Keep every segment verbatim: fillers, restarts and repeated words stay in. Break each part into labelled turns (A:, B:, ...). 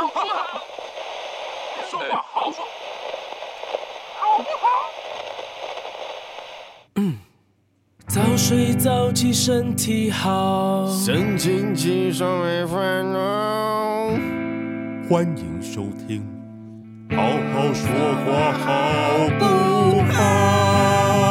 A: 好说嘛，说话好说，好不好？
B: 嗯，早睡早起身体好，
C: 神清气爽没烦恼。
D: 欢迎收听，好好说话好不好？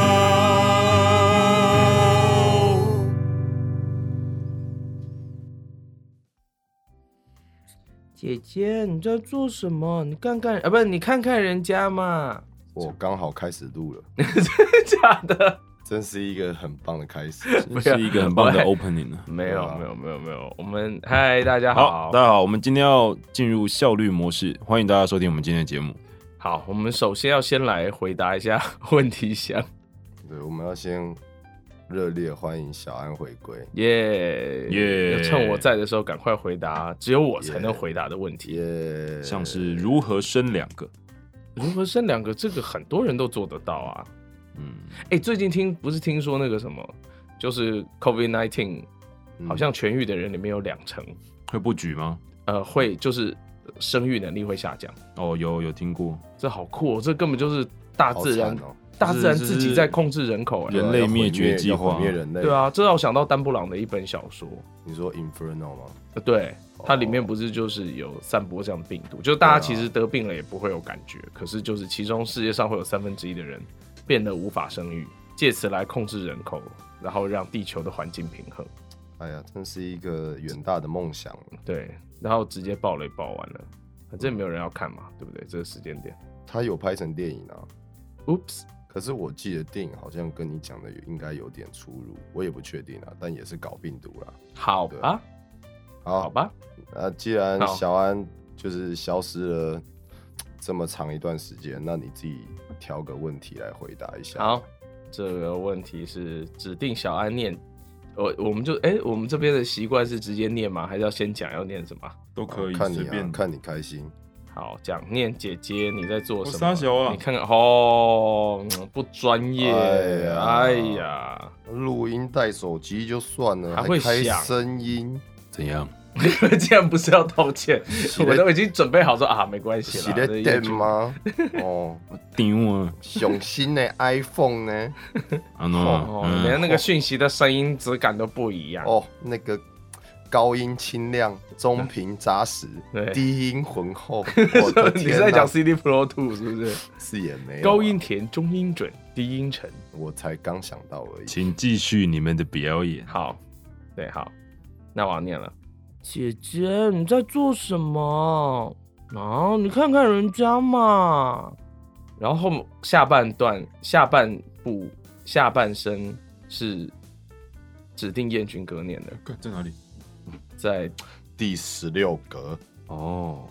B: 姐姐，你在做什么？你看看啊，不是你看看人家嘛。
C: 我刚好开始录了，
B: 真的假的？
C: 真是一个很棒的开始，
D: 这是一个很棒的 opening 啊！
B: 没有没有没有没有，我们嗨大家好，
D: 好，大家好，我们今天要进入效率模式，欢迎大家收听我们今天的节目。
B: 好，我们首先要先来回答一下问题箱。
C: 对，我们要先热烈欢迎小安回归，
B: 耶
D: 耶！
B: 趁我在的时候赶快回答只有我才能回答的问题。
C: 耶！
D: 像是如何生两个，
B: 如何生两个，这个很多人都做得到啊。
D: 嗯，
B: 哎、欸，最近听不是听说那个什么，就是 COVID 十九，好像痊愈的人里面有两成
D: 会不举吗？
B: 呃，会就是生育能力会下降。
D: 哦，有有听过，
B: 这好酷哦！这根本就是大自然，
C: 哦、
B: 大自然自己在控制人口、欸，
D: 人类灭绝计划，
C: 灭人类。
B: 对啊，这让我想到丹布朗的一本小说。
C: 你说 Inferno 吗？
B: 呃，对，它里面不是就是有散播这样的病毒，就大家其实得病了也不会有感觉，可是就是其中世界上会有三分之一的人变得无法生育，借此来控制人口，然后让地球的环境平衡。
C: 哎呀，真是一个远大的梦想。
B: 对，然后直接爆雷爆完了，反正没有人要看嘛，对不对？这个时间点，
C: 他有拍成电影啊。
B: Oops，
C: 可是我记得电影好像跟你讲的应该有点出入，我也不确定啊，但也是搞病毒啦。
B: 好吧，
C: 好，
B: 好吧。
C: 那既然小安就是消失了这么长一段时间，那你自己挑个问题来回答一下。
B: 好，这个问题是指定小安念，我我们就哎、欸，我们这边的习惯是直接念吗？还是要先讲要念什么？
D: 都可以，
C: 看你、啊、
D: 随便
C: 看你开心。
B: 好，讲念姐姐你在做什么？
D: 傻小啊！
B: 你看看哦，不专业。哎呀，
C: 录音带手机就算了，
B: 还会
C: 开
B: 响
C: 声音，
D: 怎样？
B: 你们竟然不是要道歉？我都已经准备好说啊，没关系啦。
C: 是在电吗？哦，
D: 丢啊！
C: 上新的 iPhone 呢？
D: 啊 no，
B: 哦，连那个讯息的声音质感都不一样
C: 哦，那个高音清亮，中频扎实，低音浑厚。我的天哪，
B: 你是在讲 C D Pro 二是不是？
C: 是也没有、啊。
B: 高音甜，中音准，低音沉。
C: 我才刚想到而已。
D: 请继续你们的表演。
B: 好，对，好，那我要念了。姐姐，你在做什么？啊，你看看人家嘛。然后后下半段、下半部、下半身是指定燕军哥念的。
D: 在哪里？
C: 在第十六格。
D: 哦，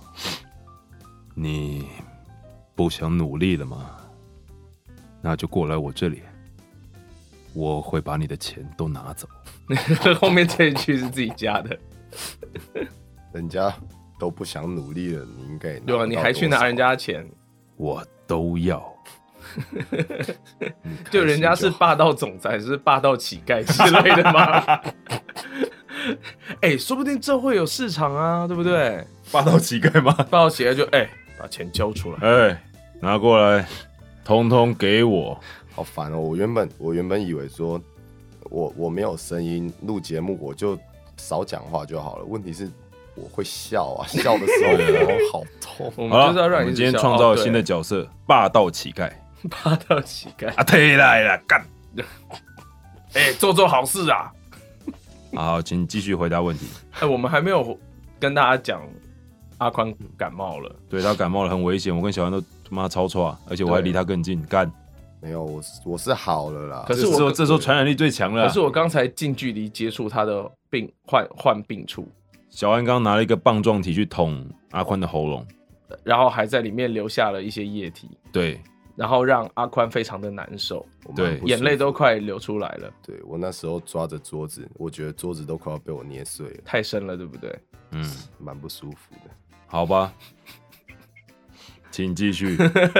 D: 你不想努力了吗？那就过来我这里，我会把你的钱都拿走。
B: 后面这一句是自己加的。
C: 人家都不想努力了，你应该也拿
B: 对啊，你还去拿人家的钱，
D: 我都要。
B: 就人家是霸道总裁，是霸道乞丐之类的吗？哎、欸，说不定这会有市场啊，对不对？
D: 霸道乞丐吗？
B: 霸道乞丐就哎、欸，把钱交出来，
D: 哎、欸，拿过来，通通给我。
C: 好烦哦！我原本我原本以为说我我没有声音录节目，我就少讲话就好了。问题是我会笑啊，笑的时候喉好痛。
B: 我们就是要让你
D: 我们今天创造了新的角色，哦、霸道乞丐。
B: 霸道乞丐
D: 啊，退来了，干！
B: 哎、欸，做做好事啊！
D: 好，请继续回答问题。
B: 哎、欸，我们还没有跟大家讲阿宽感冒了，
D: 对他感冒了，很危险。我跟小安都他妈超错，而且我还离他更近，干。
C: 没有，我我是好了啦。
B: 可是我
D: 这时候传染力最强了。
B: 可是我刚才近距离接触他的病患患病处，
D: 小安刚拿了一个棒状体去捅阿宽的喉咙，
B: 然后还在里面留下了一些液体。
D: 对，
B: 然后让阿宽非常的难受，
D: 对，
B: 眼泪都快流出来了。
C: 对，我那时候抓着桌子，我觉得桌子都快要被我捏碎了，
B: 太深了，对不对？
D: 嗯，
C: 蛮不舒服的。
D: 好吧，请继续。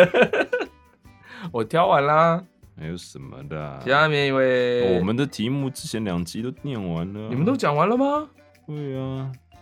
B: 我挑完啦。
D: 还有什么的、啊？
B: 下面一位、
D: 哦，我们的题目之前两集都念完了，
B: 你们都讲完了吗？
D: 对啊，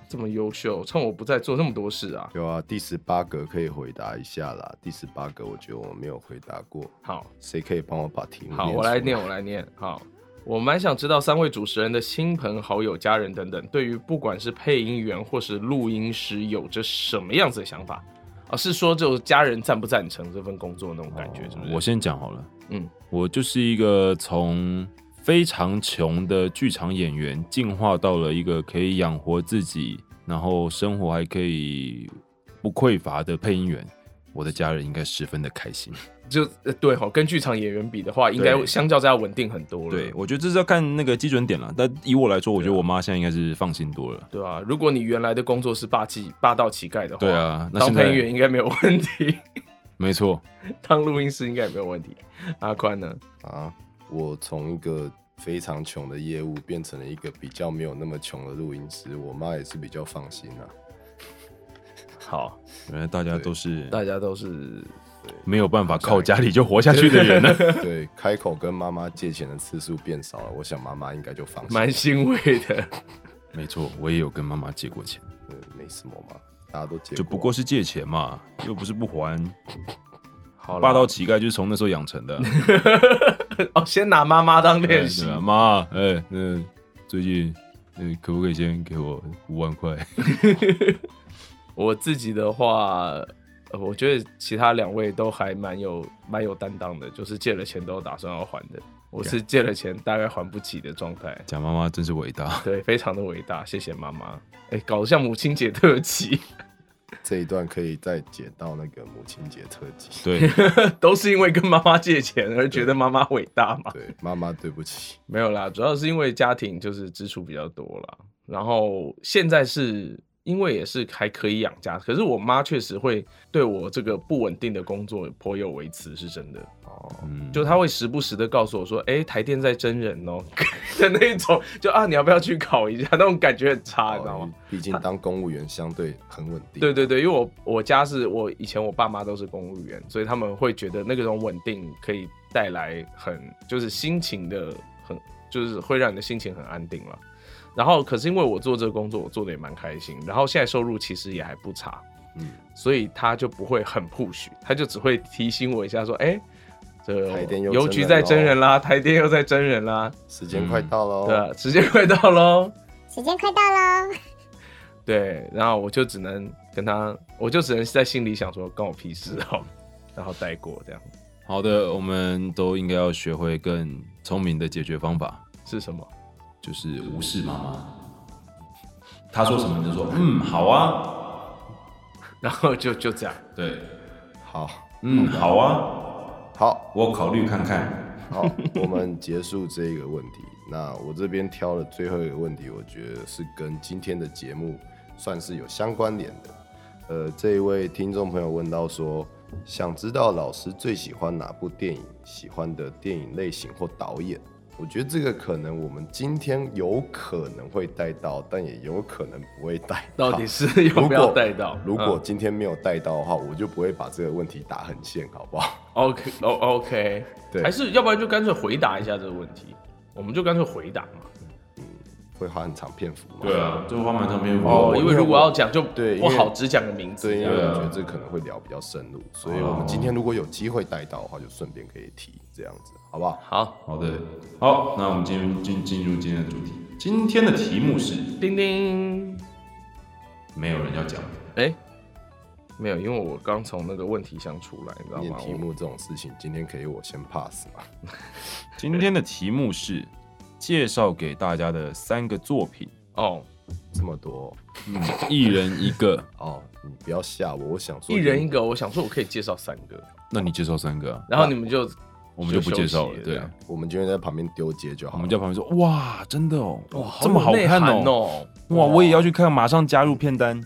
B: 这么优秀，趁我不在做那么多事啊。
C: 有啊，第十八个可以回答一下啦。第十八个我觉得我没有回答过。
B: 好，
C: 谁可以帮我把题目
B: 好，
C: 念
B: 我来念，我来念。好，我蛮想知道三位主持人的亲朋好友、家人等等，对于不管是配音员或是录音师，有着什么样子的想法？啊，是说就家人赞不赞成这份工作那种感觉，是不是？
D: 我先讲好了。
B: 嗯，
D: 我就是一个从非常穷的剧场演员进化到了一个可以养活自己，然后生活还可以不匮乏的配音员。我的家人应该十分的开心。
B: 就呃对哈，跟剧场演员比的话，应该相较之下稳定很多了。
D: 对，我觉得这是要看那个基准点了。但以我来说，我觉得我妈现在应该是放心多了。
B: 对啊，如果你原来的工作是霸气霸道乞丐的话，
D: 对啊，那
B: 当
D: 现在
B: 配音员应该没有问题。
D: 没错，
B: 当录音师应该也没有问题。阿宽呢？
C: 啊，我从一个非常穷的业务变成了一个比较没有那么穷的录音师，我妈也是比较放心啊。
B: 好，
D: 原来大家都是
B: 大家都是
D: 没有办法靠家里就活下去的人呢。
C: 对，开口跟妈妈借钱的次数变少了，我想妈妈应该就放心。
B: 蛮欣慰的。
D: 没错，我也有跟妈妈借过钱。
C: 对，没什么嘛，大家都借过，
D: 就不过是借钱嘛，又不是不还。
B: 好，
D: 霸道乞丐就是从那时候养成的。
B: 哦，先拿妈妈当练习。
D: 欸、妈，哎、欸，那最近，呃，可不可以先给我五万块？
B: 我自己的话，呃，我觉得其他两位都还蛮有蛮有担当的，就是借了钱都有打算要还的。我是借了钱大概还不起的状态。
D: 蒋妈妈真是伟大，
B: 对，非常的伟大，谢谢妈妈。哎、欸，搞得像母亲节特辑。
C: 这一段可以再解到那个母亲节特辑。
D: 对，
B: 都是因为跟妈妈借钱而觉得妈妈伟大嘛。
C: 对，妈妈对不起。
B: 没有啦，主要是因为家庭就是支出比较多啦。然后现在是因为也是还可以养家，可是我妈确实会对我这个不稳定的工作颇有微词，是真的。哦，
D: 嗯，
B: 就她会时不时的告诉我说：“哎、欸，台电在征人哦、喔、的那种，就啊，你要不要去考一下？”那种感觉很差，你知道吗？
C: 毕竟当公务员相对很稳定。
B: 对对对，因为我我家是我以前我爸妈都是公务员，所以他们会觉得那种稳定可以带来很就是心情的很就是会让你的心情很安定了。然后可是因为我做这个工作，我做的也蛮开心，然后现在收入其实也还不差，嗯，所以他就不会很 push， 他就只会提醒我一下说，哎、欸，这个邮局在征人啦，台电又在征人啦，
C: 时间快到喽、嗯，
B: 对啊，时间快到喽，
E: 时间快到喽，
B: 对，然后我就只能跟他，我就只能在心里想说，关我屁事哦，然后带过这样。
D: 好的，我们都应该要学会更聪明的解决方法。
B: 是什么？
D: 就是无视妈妈，她说什么你就说嗯好啊，
B: 然后就就这样。
D: 对，
C: 好，
D: 嗯好啊，
C: 好，
D: 我考虑看看。
C: 好，我们结束这个问题。那我这边挑了最后一个问题，我觉得是跟今天的节目算是有相关联的。呃，这一位听众朋友问到说，想知道老师最喜欢哪部电影，喜欢的电影类型或导演。我觉得这个可能我们今天有可能会带到，但也有可能不会带到。
B: 到底是要不要带到？
C: 如果今天没有带到的话，我就不会把这个问题打横线，好不好
B: ？OK， 哦 OK，
C: 对，
B: 还是要不然就干脆回答一下这个问题，我们就干脆回答嘛。
C: 嗯，会花很长篇幅吗？
D: 对啊，就花蛮长篇幅。
B: 哦，因为如果要讲就
C: 对
B: 不好只讲个名字，
C: 对，因为我觉得这可能会聊比较深入，所以我们今天如果有机会带到的话，就顺便可以提这样子。好不好？
B: 好
D: 好的，好，那我们进入进进入今天的主题。今天的题目是
B: 叮叮，
D: 没有人要讲。
B: 哎、欸，没有，因为我刚从那个问题箱出来，你知道吗？
C: 念题目这种事情，今天可以我先 pass 吗？
D: 今天的题目是介绍给大家的三个作品。
B: 哦，
C: 这么多，
D: 嗯，一人一个。
C: 哦，你不要吓我，我想说
B: 一人一个，我想说我可以介绍三个。
D: 那你介绍三个、啊，
B: 然后你们就。
D: 我们就不介绍了，对，
C: 我们就在旁边丢接就好。
D: 我们就在旁边说，哇，真的哦，
B: 哇，
D: 这么好看哦，哇，我也要去看，马上加入片单。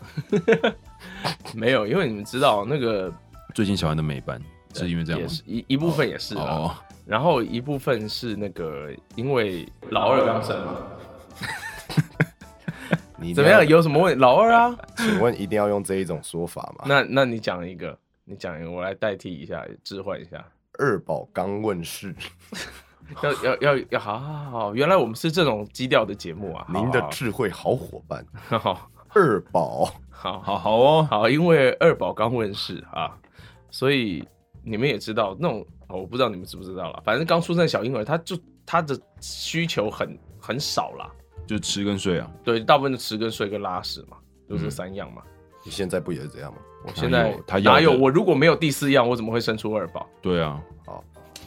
B: 没有，因为你们知道那个
D: 最近小安的美班是因为这样吗？
B: 也是一一部分也是
D: 哦，
B: 然后一部分是那个因为老二刚生嘛。你怎么样？有什么问题？老二啊？
C: 请问一定要用这一种说法吗？
B: 那那你讲一个，你讲一个，我来代替一下，置换一下。
C: 二宝刚问世，
B: 要要要要好好好，原来我们是这种基调的节目啊！
C: 您的智慧好伙伴，
B: 好
C: 二宝，
B: 好
D: 好好哦，
B: 好，因为二宝刚问世啊，所以你们也知道那种、哦，我不知道你们知不知道啦，反正刚出生的小婴儿，他就他的需求很很少啦，
D: 就吃跟睡啊。
B: 对，大部分的吃跟睡跟拉屎嘛，就这三样嘛。
C: 你现在不也是这样吗？
B: 我现在
D: 他要
B: 哪有？我如果没有第四样，我怎么会生出二宝？
D: 对啊，
C: 好，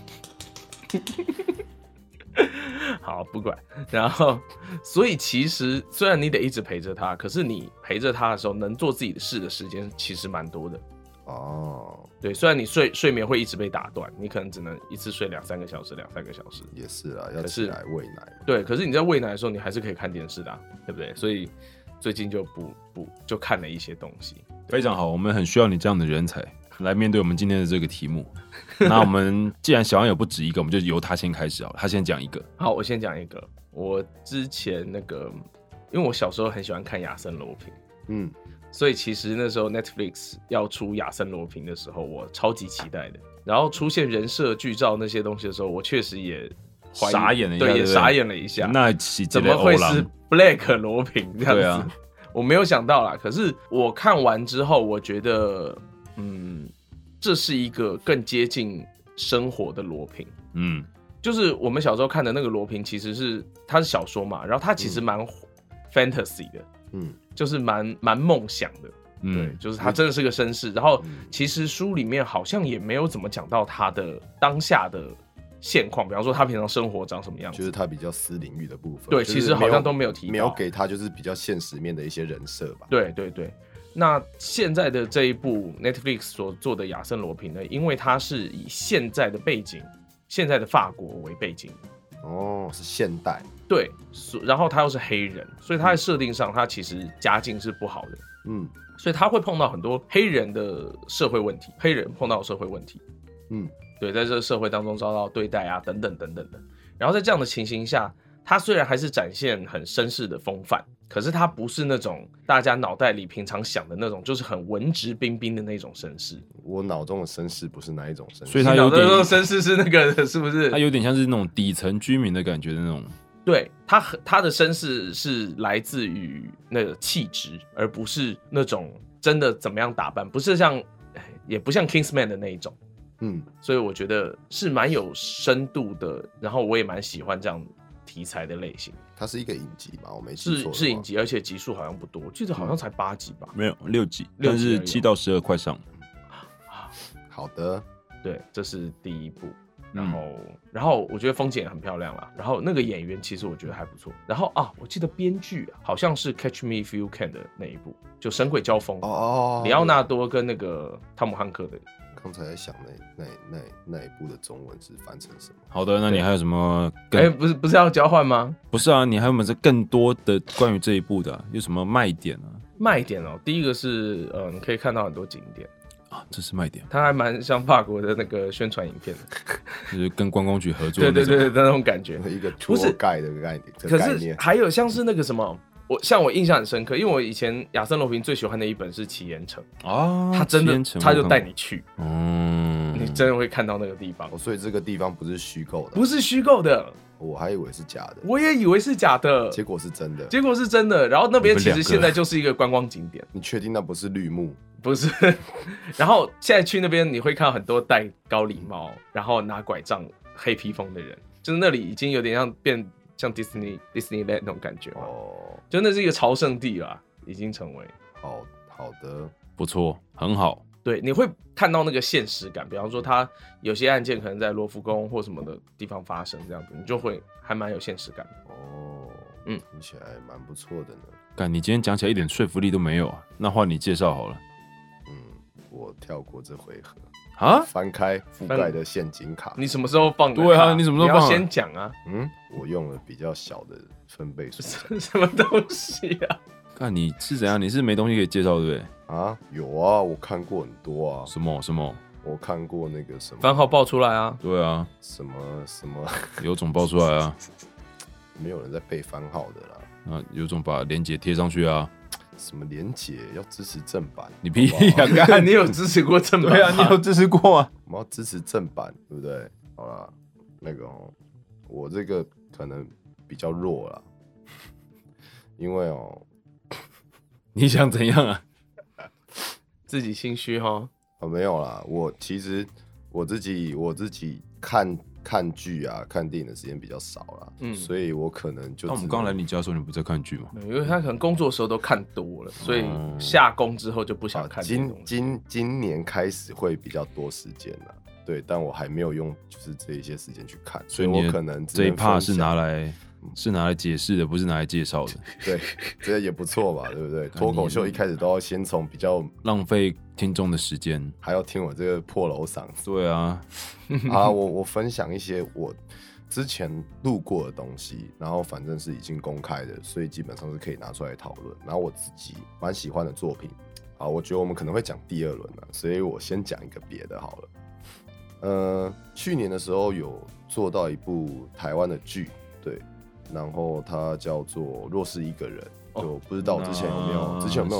B: 好，不管。然后，所以其实虽然你得一直陪着他，可是你陪着他的时候，能做自己的事的时间其实蛮多的。
C: 哦，
B: 对，虽然你睡睡眠会一直被打断，你可能只能一次睡两三个小时，两三个小时。
C: 也是啊，要
B: 可是
C: 起来喂奶。
B: 对，可是你在喂奶的时候，你还是可以看电视的、啊，对不对？所以最近就不不就看了一些东西。
D: 非常好，我们很需要你这样的人才来面对我们今天的这个题目。那我们既然小安有不止一个，我们就由他先开始好了，他先讲一个。
B: 好，我先讲一个。我之前那个，因为我小时候很喜欢看亚森罗平，
C: 嗯，
B: 所以其实那时候 Netflix 要出亚森罗平的时候，我超级期待的。然后出现人设剧照那些东西的时候，我确实也怀疑
D: 傻眼了一下，
B: 对，
D: 对不对
B: 也傻眼了一下。
D: 那
B: 怎么会是 Black 罗平这样子？
D: 对啊，
B: 我没有想到啦。可是我看完之后，我觉得，嗯，这是一个更接近生活的罗平。
D: 嗯，
B: 就是我们小时候看的那个罗平，其实是它是小说嘛，然后它其实蛮 fantasy 的，
C: 嗯，
B: 就是蛮蛮梦想的。
D: 嗯
B: 对，就是他真的是个绅士。然后其实书里面好像也没有怎么讲到他的当下的现况，比方说他平常生活长什么样子，
C: 就是他比较私领域的部分。
B: 对，
C: 就是
B: 其实好像都没有提到，
C: 没有给他就是比较现实面的一些人设吧。
B: 对对对。那现在的这一部 Netflix 所做的亚森罗平呢，因为它是以现在的背景，现在的法国为背景。
C: 哦，是现代。
B: 对，然后他又是黑人，所以他在设定上，他其实家境是不好的。
C: 嗯，
B: 所以他会碰到很多黑人的社会问题，黑人碰到的社会问题，
C: 嗯，
B: 对，在这个社会当中遭到对待啊，等等等等的。然后在这样的情形下，他虽然还是展现很绅士的风范，可是他不是那种大家脑袋里平常想的那种，就是很文质彬彬的那种绅士。
C: 我脑中的绅士不是哪一种绅士，
D: 所以他有点
B: 你脑中的绅士是那个是不是？
D: 他有点像是那种底层居民的感觉的那种。
B: 对，他他的绅士是来自于那个气质，而不是那种真的怎么样打扮，不是像，也不像 Kingsman 的那一种。
C: 嗯，
B: 所以我觉得是蛮有深度的，然后我也蛮喜欢这样题材的类型。
C: 它是一个影集嘛，我没记错
B: 是是影集，而且集数好像不多，我记得好像才八集吧。
D: 没有六集，
B: 六集
D: 但是七到十二快上。
C: 好的，
B: 对，这是第一部。然
D: 嗯
B: 后，然后我觉得风景也很漂亮啦。然后那个演员其实我觉得还不错。然后啊，我记得编剧啊，好像是《Catch Me If You Can》的那一部，就《神鬼交锋》
C: 哦哦，
B: 里奥纳多跟那个汤姆汉克的。
C: 刚才在想那那那那一部的中文是翻成什么？
D: 好的，那你还有什么更？
B: 哎，不是不是要交换吗？
D: 不是啊，你还有没有更多的关于这一部的啊、有什么卖点啊？
B: 卖点哦，第一个是呃，你可以看到很多景点。
D: 啊，这是卖点，
B: 它还蛮像法国的那个宣传影片的，
D: 就是跟观光局合作的那种。
B: 对对对对，那种感觉。
C: 一个
B: 不是
C: tour guide 的概念，这
B: 可是
C: 个概念
B: 还有像是那个什么，我像我印象很深刻，因为我以前亚森罗平最喜欢的一本是《奇岩城》
D: 啊，
B: 他真的
D: 七天
B: 他就带你去，
D: 嗯，
B: 你真的会看到那个地方
C: 哦，，所以这个地方不是虚构的，
B: 不是虚构的，
C: 我还以为是假的，
B: 我也以为是假的，
C: 结果是真的。
B: 结果是真的。然后那边其
D: 你们两个
B: 实现在就是一个观光景点，
C: 你确定那不是绿幕？
B: 不是。然后现在去那边你会看到很多戴高礼帽，然后拿拐杖、黑披风的人，就是那里已经有点像变像 Disney Disneyland 那种感觉嘛，
C: 哦，
B: 就那是一个朝圣地啦，已经成为。
C: 好好的，
D: 不错，很好。
B: 对，你会看到那个现实感，比方说他有些案件可能在罗浮宫或什么的地方发生，这样子你就会还蛮有现实感的。
C: 哦，
B: 嗯
C: 听起来蛮不错的呢。
D: 干，你今天讲起来一点说服力都没有啊，那换你介绍好了
C: 嗯，我跳过这回合，
D: 啊。
C: 翻开覆盖的陷阱卡。
B: 你什么时候放的卡？
D: 对啊你什么时候放啊
B: 你要先讲啊！
C: 嗯，我用了比较小的分贝数
B: 什么东西啊？
D: 干，你是怎样？你是没东西可以介绍对不对？
C: 啊，有啊，我看过很多啊，
D: 什么什么？
C: 我看过那个什么
B: 番号报出来啊！
D: 对啊，
C: 什么什么，
D: 有种报出来啊！
C: 没有人在背番号的啦。
D: 那有种把链接贴上去啊！
C: 什么连结要支持正版？
D: 你屁
C: 好不好
D: 呀！干，
B: 你有支持过正版吗？
D: 对啊，你有支持过啊？
C: 我们要支持正版，对不对？好啦，那个哦， 我这个可能比较弱啦，因为哦，
D: 你想怎样啊？
B: 自己心虚哈。
C: 哦，没有啦，我其实我自己我自己看看剧啊、看电影的时间比较少啦，嗯，所以我可能就
D: 那我们刚来你家的时候，你不在看剧吗？
B: 因为他可能工作的时候都看多了，所以下工之后就不想看这种东西。
C: 今今今年开始会比较多时间了，对，但我还没有用就是这一些时间去看，所以我可能
D: 这一 part 是拿来是拿来解释的，不是拿来介绍的。
C: 对，这也不错吧，对不对？脱口秀一开始都要先从比较
D: 浪费听众的时间，
C: 还要听我这个破楼嗓子。
D: 对啊，
C: 啊，我我分享一些我之前录过的东西，然后反正是已经公开的，所以基本上是可以拿出来讨论。然后我自己蛮喜欢的作品，好，我觉得我们可能会讲第二轮了，所以我先讲一个别的好了。呃，去年的时候有做到一部台湾的剧，对。然后它叫做《若是一个人》，就不知道之前有没有，之前有没有？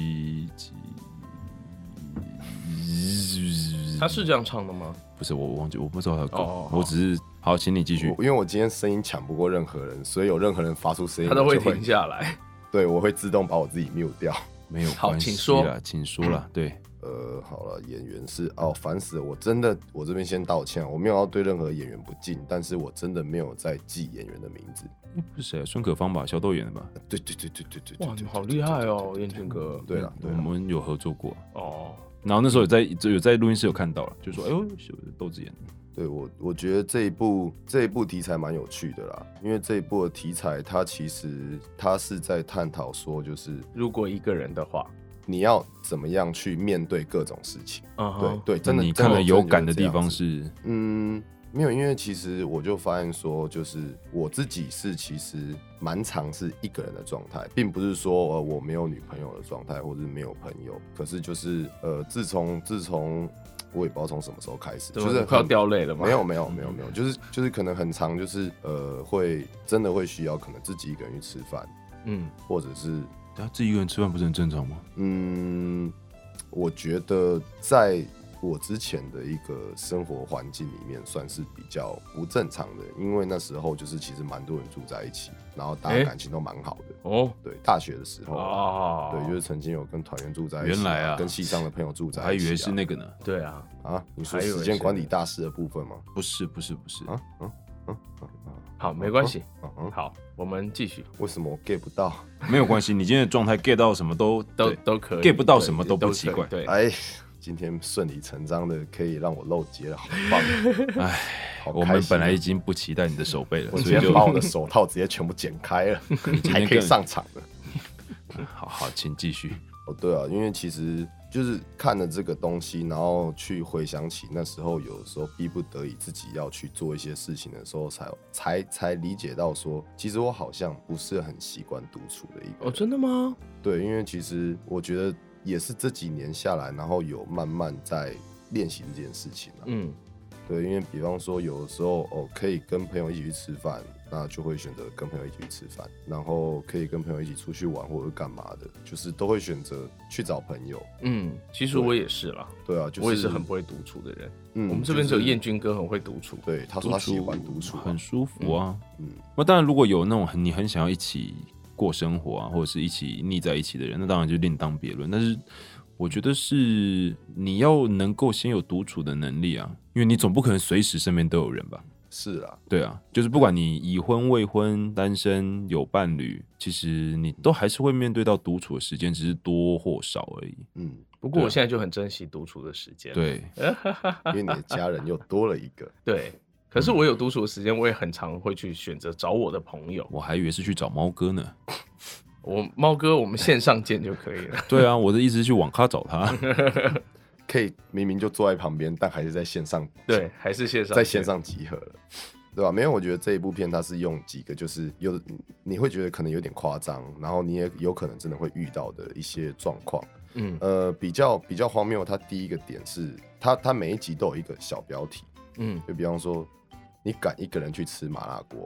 B: 他是这样唱的吗？
D: 不是，我忘记，我不知道他的歌，哦、我只是好，请你继续。
C: 因为我今天声音抢不过任何人，所以有任何人发出声音，
B: 他都会停下来。
C: 对，我会自动把我自己 mute 掉。
D: 没有关系啦，请说，请说啦。对。
C: 呃，好了，演员是哦，烦死了！我真的，我这边先道歉，我没有要对任何演员不敬，但是我真的没有在记演员的名字。
D: 不是谁啊？孙可芳吧，小豆演的吧？
C: 对对对对对对。
B: 哇，你好厉害哦，彦俊哥。
C: 对了，
D: 我们有合作过
B: 哦。
D: 然后那时候有在有在录音室有看到了，就说哎呦，豆子演的。
C: 对我，我觉得这一部这一部题材蛮有趣的啦，因为这一部的题材，它其实它是在探讨说，就是
B: 如果一个人的话。
C: 你要怎么样去面对各种事情？
B: uh-huh.
C: 对对，真的
D: 你看了有感的地方是，
C: 嗯，没有，因为其实我就发现说，就是我自己是其实蛮常是一个人的状态，并不是说呃我没有女朋友的状态，或者没有朋友，可是就是呃自从自从我也不知道从什么时候开始，就是
B: 快要掉泪了吗？
C: 没有没有没有没有，就是就是可能很常就是呃会真的会需要可能自己一个人去吃饭，嗯，或者是。
D: 他自己一个人吃饭不是很正常吗？
C: 嗯，我觉得在我之前的一个生活环境里面，算是比较不正常的，因为那时候就是其实蛮多人住在一起，然后大家感情都蛮好的。哦、欸，对，大学的时候，哦，对，就是曾经有跟团员住在一起、啊，
D: 原来啊，
C: 跟系上的朋友住在一起、啊，
D: 我还以为是那个呢。
B: 对啊，
C: 啊，你说时间管理大师的部分吗？
D: 不是，不是，不是啊，嗯。
B: 嗯嗯、好，没关系、嗯嗯。好，我们继续。
C: 为什么我 get 不到？
D: 没有关系，你今天的状态 get 到什么都
B: 都都可以
D: ，get 不到什么都不奇怪。
B: 对，
C: 哎，今天顺理成章的可以让我漏接了，好棒！
D: 哎，我们本来已经不期待你的手背了，
C: 我直接把我的手套直接全部剪开了，还可以上场了。
D: 好好，请继续。
C: 哦，对啊，因为其实就是看了这个东西，然后去回想起那时候，有的时候逼不得已自己要去做一些事情的时候才，才才才理解到说，其实我好像不是很习惯独处的一个人。
B: 哦，真的吗？
C: 对，因为其实我觉得也是这几年下来，然后有慢慢在练习这件事情啊。嗯，对，因为比方说有的时候哦，可以跟朋友一起去吃饭。那就会选择跟朋友一起去吃饭，然后可以跟朋友一起出去玩或者干嘛的，就是都会选择去找朋友。
B: 嗯，其实我也是啦。
C: 对啊，就是、
B: 我也是很不会独处的人。嗯，我们这边只有彦君哥很会独处。
C: 对，他说他喜欢独处，
D: 很舒服啊。嗯，那当然如果有那种很你很想要一起过生活啊，或者是一起腻在一起的人，那当然就另当别论。但是我觉得是你要能够先有独处的能力啊，因为你总不可能随时身边都有人吧。
C: 是啊，
D: 对啊，就是不管你已婚、未婚、单身、有伴侣，其实你都还是会面对到独处的时间，只是多或少而已。
B: 嗯，不过我现在就很珍惜独处的时间。
D: 对，
C: 因为你的家人又多了一个。
B: 对，可是我有独处的时间，我也很常会去选择找我的朋友。
D: 我还以为是去找猫哥呢。
B: 我猫哥，我们线上见就可以了。
D: 对啊，我的意思是去网咖找他。
C: 可以明明就坐在旁边，但还是在线上，
B: 对，还是线上，
C: 在线上集合了，对吧？没有，我觉得这一部片它是用几个，就是有你会觉得可能有点夸张，然后你也有可能真的会遇到的一些状况。嗯，呃，比较比较荒谬，它第一个点是，它它每一集都有一个小标题，嗯，就比方说，你敢一个人去吃麻辣锅吗？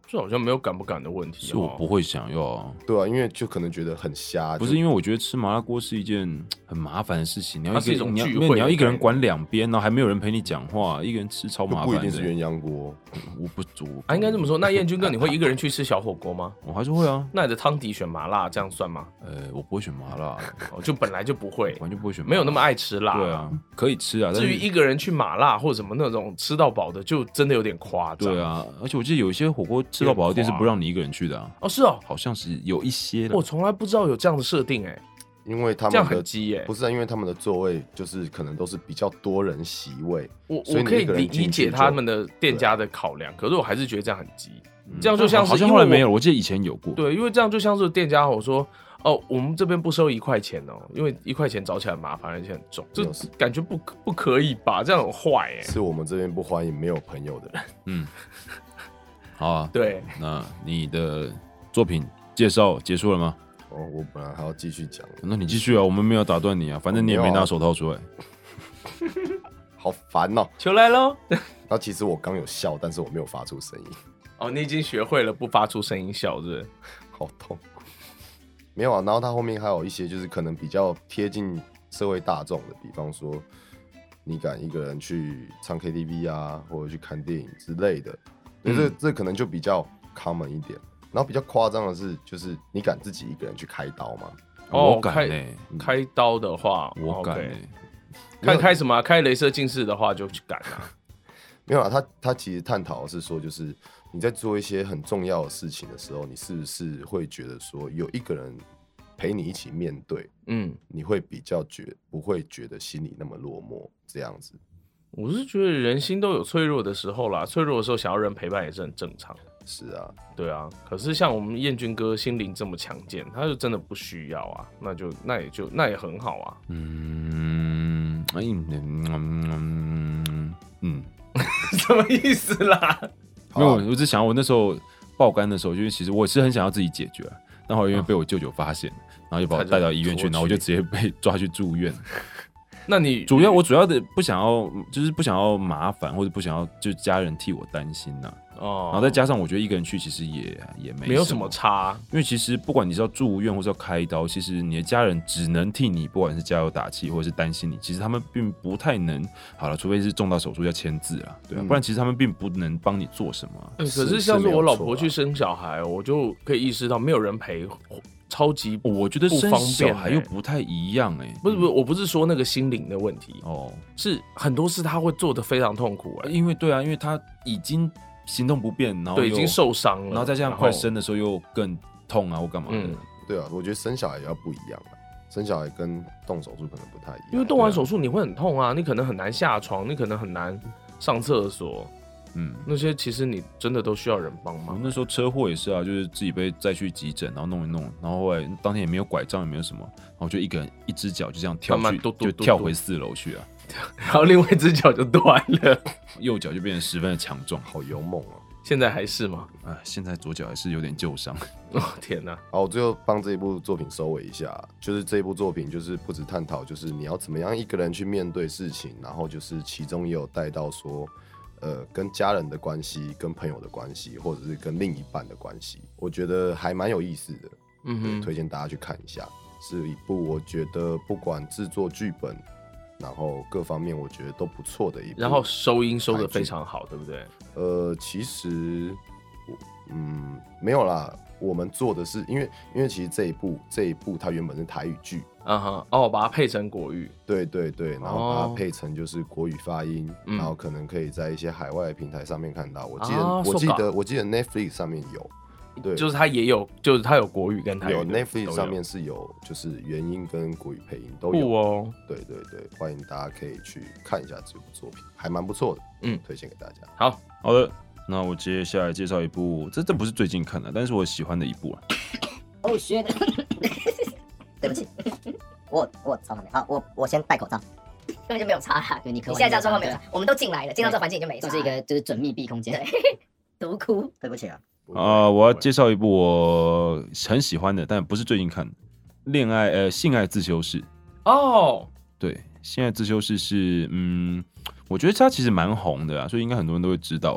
B: 这好像没有敢不敢的问题、哦。
D: 是我不会想要啊。
C: 对啊，因为就可能觉得很瞎。
D: 不是因为我觉得吃麻辣锅是一件很麻烦的事情，你要一个
B: 它是一种
D: 你要
B: 聚会的
D: 你要一个人管两边，然后还没有人陪你讲话，一个人吃超麻烦的。
C: 不一定是鸳鸯锅，
D: 我不煮
B: 啊，应该这么说。那彦君哥，你会一个人去吃小火锅吗？
D: 我还是会啊。
B: 那你的汤底选麻辣，这样算吗？
D: 呃，我不会选麻辣，
B: 哦，就本来就不会，
D: 完全不会选麻辣，
B: 没有那么爱吃辣。
D: 对啊，可以吃啊。
B: 至于一个人去麻辣或者什么那种吃到饱的，就真的有点夸张。
D: 对啊，而且我记得有一些火锅吃到饱的店是不让你一个人去的啊。
B: 哦，是哦，
D: 好像是有一些。
B: 我从来不知道有这样的设定哎、欸，
C: 因为他们
B: 这样很
C: 的
B: 鸡耶、欸。
C: 不是啊，因为他们的座位就是可能都是比较多人席位，
B: 我
C: 所以
B: 我可以理
C: 你一个人进
B: 理
C: 去就
B: 解他们的店家的考量，可是我还是觉得这样很鸡。
D: 嗯
B: 这样就像是
D: 好像后来没有，我记得以前有过。
B: 对，因为这样就像是店家我说。哦，我们这边不收一块钱哦，因为一块钱找起来麻烦，而且很重，就感觉不不可以吧？这样很坏哎。
C: 是我们这边不欢迎没有朋友的人。
D: 嗯，好啊。
B: 对，
D: 那你的作品介绍结束了吗？
C: 哦，我本来还要继续讲。
D: 那你继续啊，我们没有打断你啊，反正你也没拿手套出来。
C: 好烦哦！
B: 球来喽。
C: 那其实我刚有笑，但是我没有发出声音。
B: 哦，你已经学会了不发出声音笑，是不是？
C: 好痛。没有啊，然后他后面还有一些就是可能比较贴近社会大众的，比方说你敢一个人去唱 K T V 啊，或者去看电影之类的，所以这、嗯、这可能就比较 common 一点。然后比较夸张的是，就是你敢自己一个人去开刀吗？
B: 哦，
D: 我敢欸、
B: 开, 开刀的话，
D: 我敢、欸。
B: 看开什么、啊？开雷射近视的话就敢啊。
C: 没有啊，他他其实探讨的是说，就是你在做一些很重要的事情的时候，你是不是会觉得说有一个人陪你一起面对，嗯，你会比较觉不会觉得心里那么落寞这样子。
B: 我是觉得人心都有脆弱的时候啦，脆弱的时候想要人陪伴也是很正常。
C: 是啊，
B: 对啊。可是像我们彦君哥心灵这么强健，他就真的不需要啊，那就那也就那也很好啊。
D: 嗯，哎，嗯嗯嗯。
B: 什么意思啦？
D: 没有，我只想我那时候爆肝的时候，就是其实我是很想要自己解决，但后来因为被我舅舅发现，然后就把我带到医院去，然后我就直接被抓去住院。
B: 那你
D: 主要我主要的不想要，就是不想要麻烦，或者不想要就家人替我担心呐、啊。哦，然后再加上我觉得一个人去其实也也没
B: 没有什么差，
D: 因为其实不管你是要住院或是要开刀，其实你的家人只能替你，不管是加油打气或者是担心你，其实他们并不太能。好了，除非是重大手术要签字啦，对啊、嗯，不然其实他们并不能帮你做什么、啊
B: 欸。可是像是我老婆去生小孩，我就可以意识到没有人陪。超级，
D: 我觉得生小孩又不太一样哎、欸，
B: 不是不是，我不是说那个心灵的问题哦，是很多事他会做得非常痛苦哎、欸，
D: 因为对啊，因为他已经行动不便，然后
B: 对已经受伤了，
D: 然后再这样快生的时候又更痛啊或干嘛的、嗯，
C: 对啊，我觉得生小孩也要不一样啊，生小孩跟动手术可能不太一样，
B: 因为动完手术你会很痛啊，你可能很难下床，你可能很难上厕所。嗯，那些其实你真的都需要人帮忙。
D: 我那时候车祸也是啊，就是自己被载去急诊，然后弄一弄，然后后来当天也没有拐杖，也没有什么，然后就一个人一只脚就这样跳去，慢慢就跳回四楼去啊，
B: 然后另外一只脚就断了，
D: 右脚就变得十分的强壮，
C: 好勇猛哦。
B: 现在还是吗？
D: 啊，现在左脚还是有点旧伤。
B: 哦天哪！
C: 好，我最后帮这一部作品收尾一下，就是这一部作品就是不止探讨，就是你要怎么样一个人去面对事情，然后就是其中也有带到说。呃，跟家人的关系、跟朋友的关系，或者是跟另一半的关系，我觉得还蛮有意思的。嗯哼，推荐大家去看一下，是一部我觉得不管制作剧本，然后各方面我觉得都不错的一部。
B: 然后收音收得非常好，对不对？
C: 呃，其实，嗯，没有啦。我们做的是，因为因为其实这一部这一部它原本是台语剧，
B: 嗯哼，哦，把它配成国语，
C: 对对对，然后把它配成就是国语发音，哦、然后可能可以在一些海外的平台上面看到。我记得、啊、我记得我记得 Netflix 上面有，对，
B: 就是它也有，就是它有国语跟台语，
C: 有 Netflix 上面是有，就是原音跟国语配音都有
B: 哦。
C: 对对对，欢迎大家可以去看一下这部作品，还蛮不错的，嗯，推荐给大家。
B: 好
D: 好的。那我接下来介绍一部，这这不是最近看的，但是我喜欢的一部啊。
E: 哦、oh, ，shit！ 对不起，我我超旁边。好，我我先戴口罩，
F: 根本就没有差啦。
E: 对，你
F: 你现在这样状况没有差，我们都进来了，进到这个环境就没差。
E: 这是一个就是准密闭空间。
F: 对，独哭。
E: 对不起啊。
D: 啊、呃，我要介绍一部我很喜欢的，但不是最近看的，《恋爱呃性爱自修室》
B: 哦。Oh.
D: 对，《性爱自修室》是嗯，我觉得它其实蛮红的啊，所以应该很多人都会知道。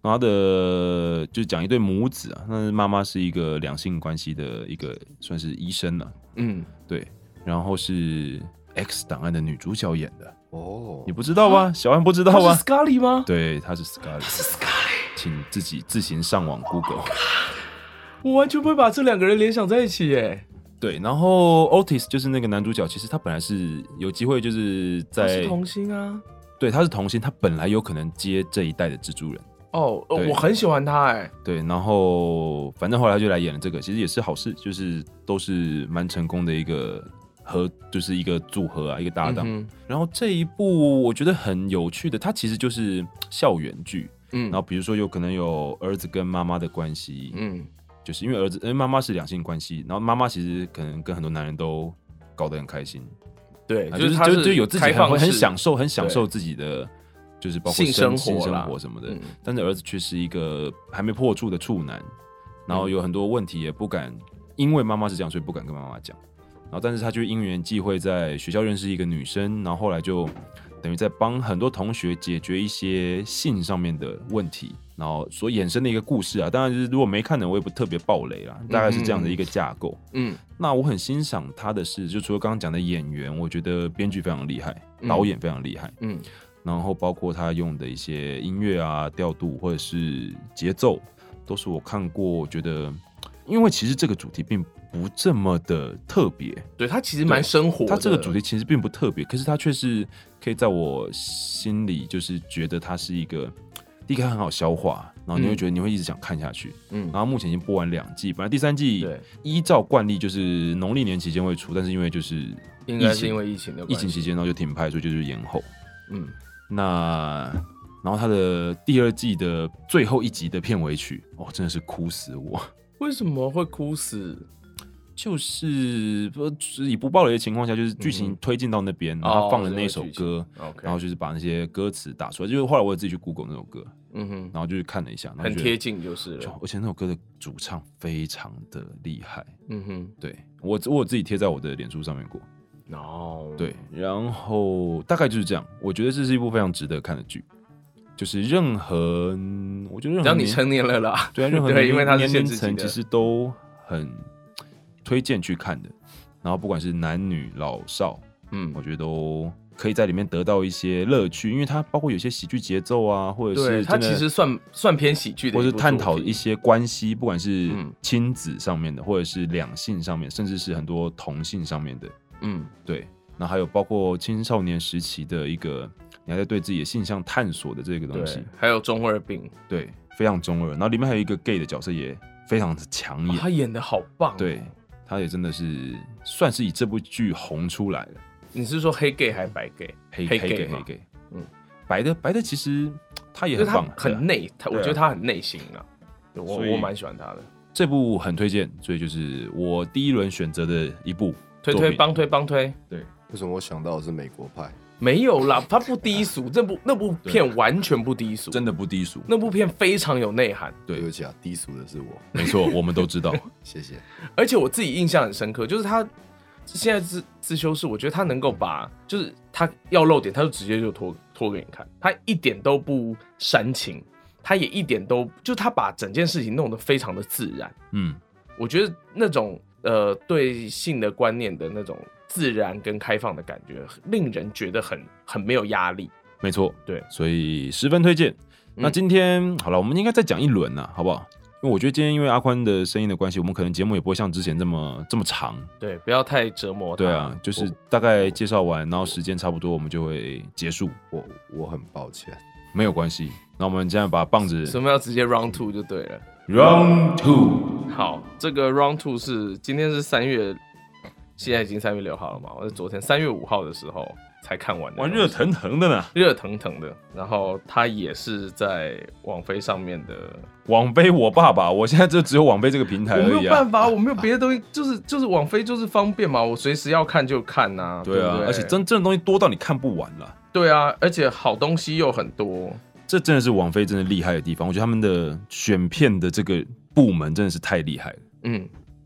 D: 然后他的就是讲一对母子啊，那妈妈是一个两性关系的一个算是医生了、啊，
B: 嗯，
D: 对，然后是 X 档案的女主角演的，
C: 哦
D: 你，不知道吧？小安不知道吧
B: 他是 Scully 吗？
D: 对，她是 Scarlett，
B: 他是 Scully，
D: 请自己自行上网 Google。
B: 我完全不会把这两个人联想在一起耶。
D: 对，然后 Otis 就是那个男主角，其实他本来是有机会，就是在
B: 他是童星啊。
D: 对，他是童星，他本来有可能接这一代的蜘蛛人。
B: 哦，呃
D: 对
B: 我很喜欢他哎。
D: 对，然后反正后来他就来演了这个，其实也是好事，就是都是蛮成功的一个合，就是一个组合啊，一个搭档。
B: 嗯
D: 然后这一部我觉得很有趣的，它其实就是校园剧，
B: 嗯
D: 然后比如说有可能有儿子跟妈妈的关系，
B: 嗯
D: 就是因为儿子，因为妈妈是两性关系，然后妈妈其实可能跟很多男人都搞得很开心，
B: 对，
D: 啊
B: 就是他
D: 就就有自己很
B: 开放式
D: 很享受，很享受自己的，就是包括
B: 性生活
D: 性生
B: 啦
D: 活什么的。
B: 嗯
D: 但是儿子却是一个还没破处的处男，然后有很多问题也不敢，因为妈妈是这样，所以不敢跟妈妈讲。然后，但是他就因缘际会在学校认识一个女生，然后后来就等于在帮很多同学解决一些性上面的问题，然后所衍生的一个故事啊。当然，就是如果没看的，我也不特别爆雷啦，大概是这样的一个架构。
B: 嗯
D: 那我很欣赏他的是，就除了刚刚讲的演员，我觉得编剧非常厉害，导演非常厉害，
B: 嗯
D: 然后包括他用的一些音乐啊、调度或者是节奏，都是我看过，我觉得，因为其实这个主题并不这么的特别，
B: 对他其实蛮生活的。
D: 它这个主题其实并不特别，可是它却是可以在我心里，就是觉得它是一个第一个它很好消化，然后你会觉得你会一直想看下去。
B: 嗯
D: 然后目前已经播完两季，本来第三季
B: 对
D: 依照惯例就是农历年期间会出，但是因为就是
B: 应该是因为疫情的关系
D: 疫情期间，然后就停拍，所以就是延后。
B: 嗯
D: 那然后它的第二季的最后一集的片尾曲，哦，真的是哭死我。
B: 为什么会哭死？
D: 就是不就是以不爆雷的情况下，就是剧情推进到那边，然后他放了那首歌，
B: 哦，OK
D: 然后就是把那些歌词打出来。就是后来我自己去 Google 那首歌，
B: 嗯哼，
D: 然后就去看了一下，然后觉得
B: 很贴近就是
D: 就
B: 了。
D: 而且那首歌的主唱非常的厉害，
B: 嗯哼，
D: 对我我有自己贴在我的脸书上面过，
B: 哦，
D: 对，然后大概就是这样。我觉得这是一部非常值得看的剧，就是任何我觉得任何年
B: 只要你成年了啦，
D: 对啊，任何
B: 对，
D: 年
B: 因为它是
D: 年龄
B: 限制级的
D: 层其实都很推荐去看的。然后不管是男女老少，
B: 嗯
D: 我，觉得都可以在里面得到一些乐趣，因为它包括有些喜剧节奏啊，或者
B: 对，它
D: 是真的
B: 其实算算偏喜剧的一部作品，
D: 或是探讨一些关系，不管是
B: 嗯
D: 亲子上面的，或者是两性上面，甚至是很多同性上面的，
B: 嗯
D: 对。那还有包括青少年时期的一个，你还在对自己的性向探索的这个东西
B: 对，，还有中二病，
D: 对，非常中二。然后里面还有一个 gay 的角色也非常的抢眼，
B: 哦他演的好棒，
D: 对，他也真的是算是以这部剧红出来了。
B: 你是说黑 gay 还是白 gay？黑
D: 黑黑 gay
B: 嘛
D: 黑 gay，
B: 嗯
D: 嗯，白的白的其实他也
B: 因为他
D: 很棒，对啊
B: 很内，他我
D: 对啊
B: 觉得他很内心啊，对我
D: 所以
B: 我蛮喜欢他的。
D: 这部很推荐，所以就是我第一轮选择的一部
B: 推
D: 作品
B: 推帮推帮推，
D: 对，
C: 为什么我想到的是美国派？
B: 没有啦，他不低俗，这部那部片完全不低俗，
D: 真的不低俗。
B: 那部片非常有内涵，
D: 对
C: 对不，起啊，低俗的是我，
D: 没错，我们都知道。
C: 谢谢。
B: 而且我自己印象很深刻，就是他现在自自修室，我觉得他能够把，就是他要露点，他就直接就脱脱给你看，他一点都不煽情，他也一点都，就他把整件事情弄得非常的自然。
D: 嗯，
B: 我觉得那种呃对性的观念的那种自然跟开放的感觉，令人觉得很很没有压力。
D: 没错，
B: 对，
D: 所以十分推荐。那今天好了，我们应该再讲一轮呐，好不好？因为我觉得今天因为阿宽的声音的关系，我们可能节目也不会像之前这么这么长。
B: 对，不要太折磨他。
D: 对啊，就是大概介绍完，然后时间差不多，我们就会结束。
C: 我我很抱歉，
D: 没有关系。那我们现在把棒子
B: 所以我们要直接 round two 就对了。
D: round two，
B: 好，这个 round two 是今天是三月，现在已经三月六号了嘛？我是昨天三月五号的时候才看完的，
D: 哇，热腾腾的呢。
B: 热腾腾的。然后它也是在网飞上面的，
D: 网飞我爸爸，我现在就只有网飞这个平台
B: 我
D: 而已啊
B: 没有办。法，我没有别的东西，就是就是网飞就是方便嘛，我随时要看就看呐、啊。
D: 对啊，
B: 不对
D: 而且真正的东西多到你看不完了。
B: 对啊，而且好东西又很多。
D: 这真的是网飞真的厉害的地方，我觉得他们的选片的这个部门真的是太厉害了。
B: 嗯，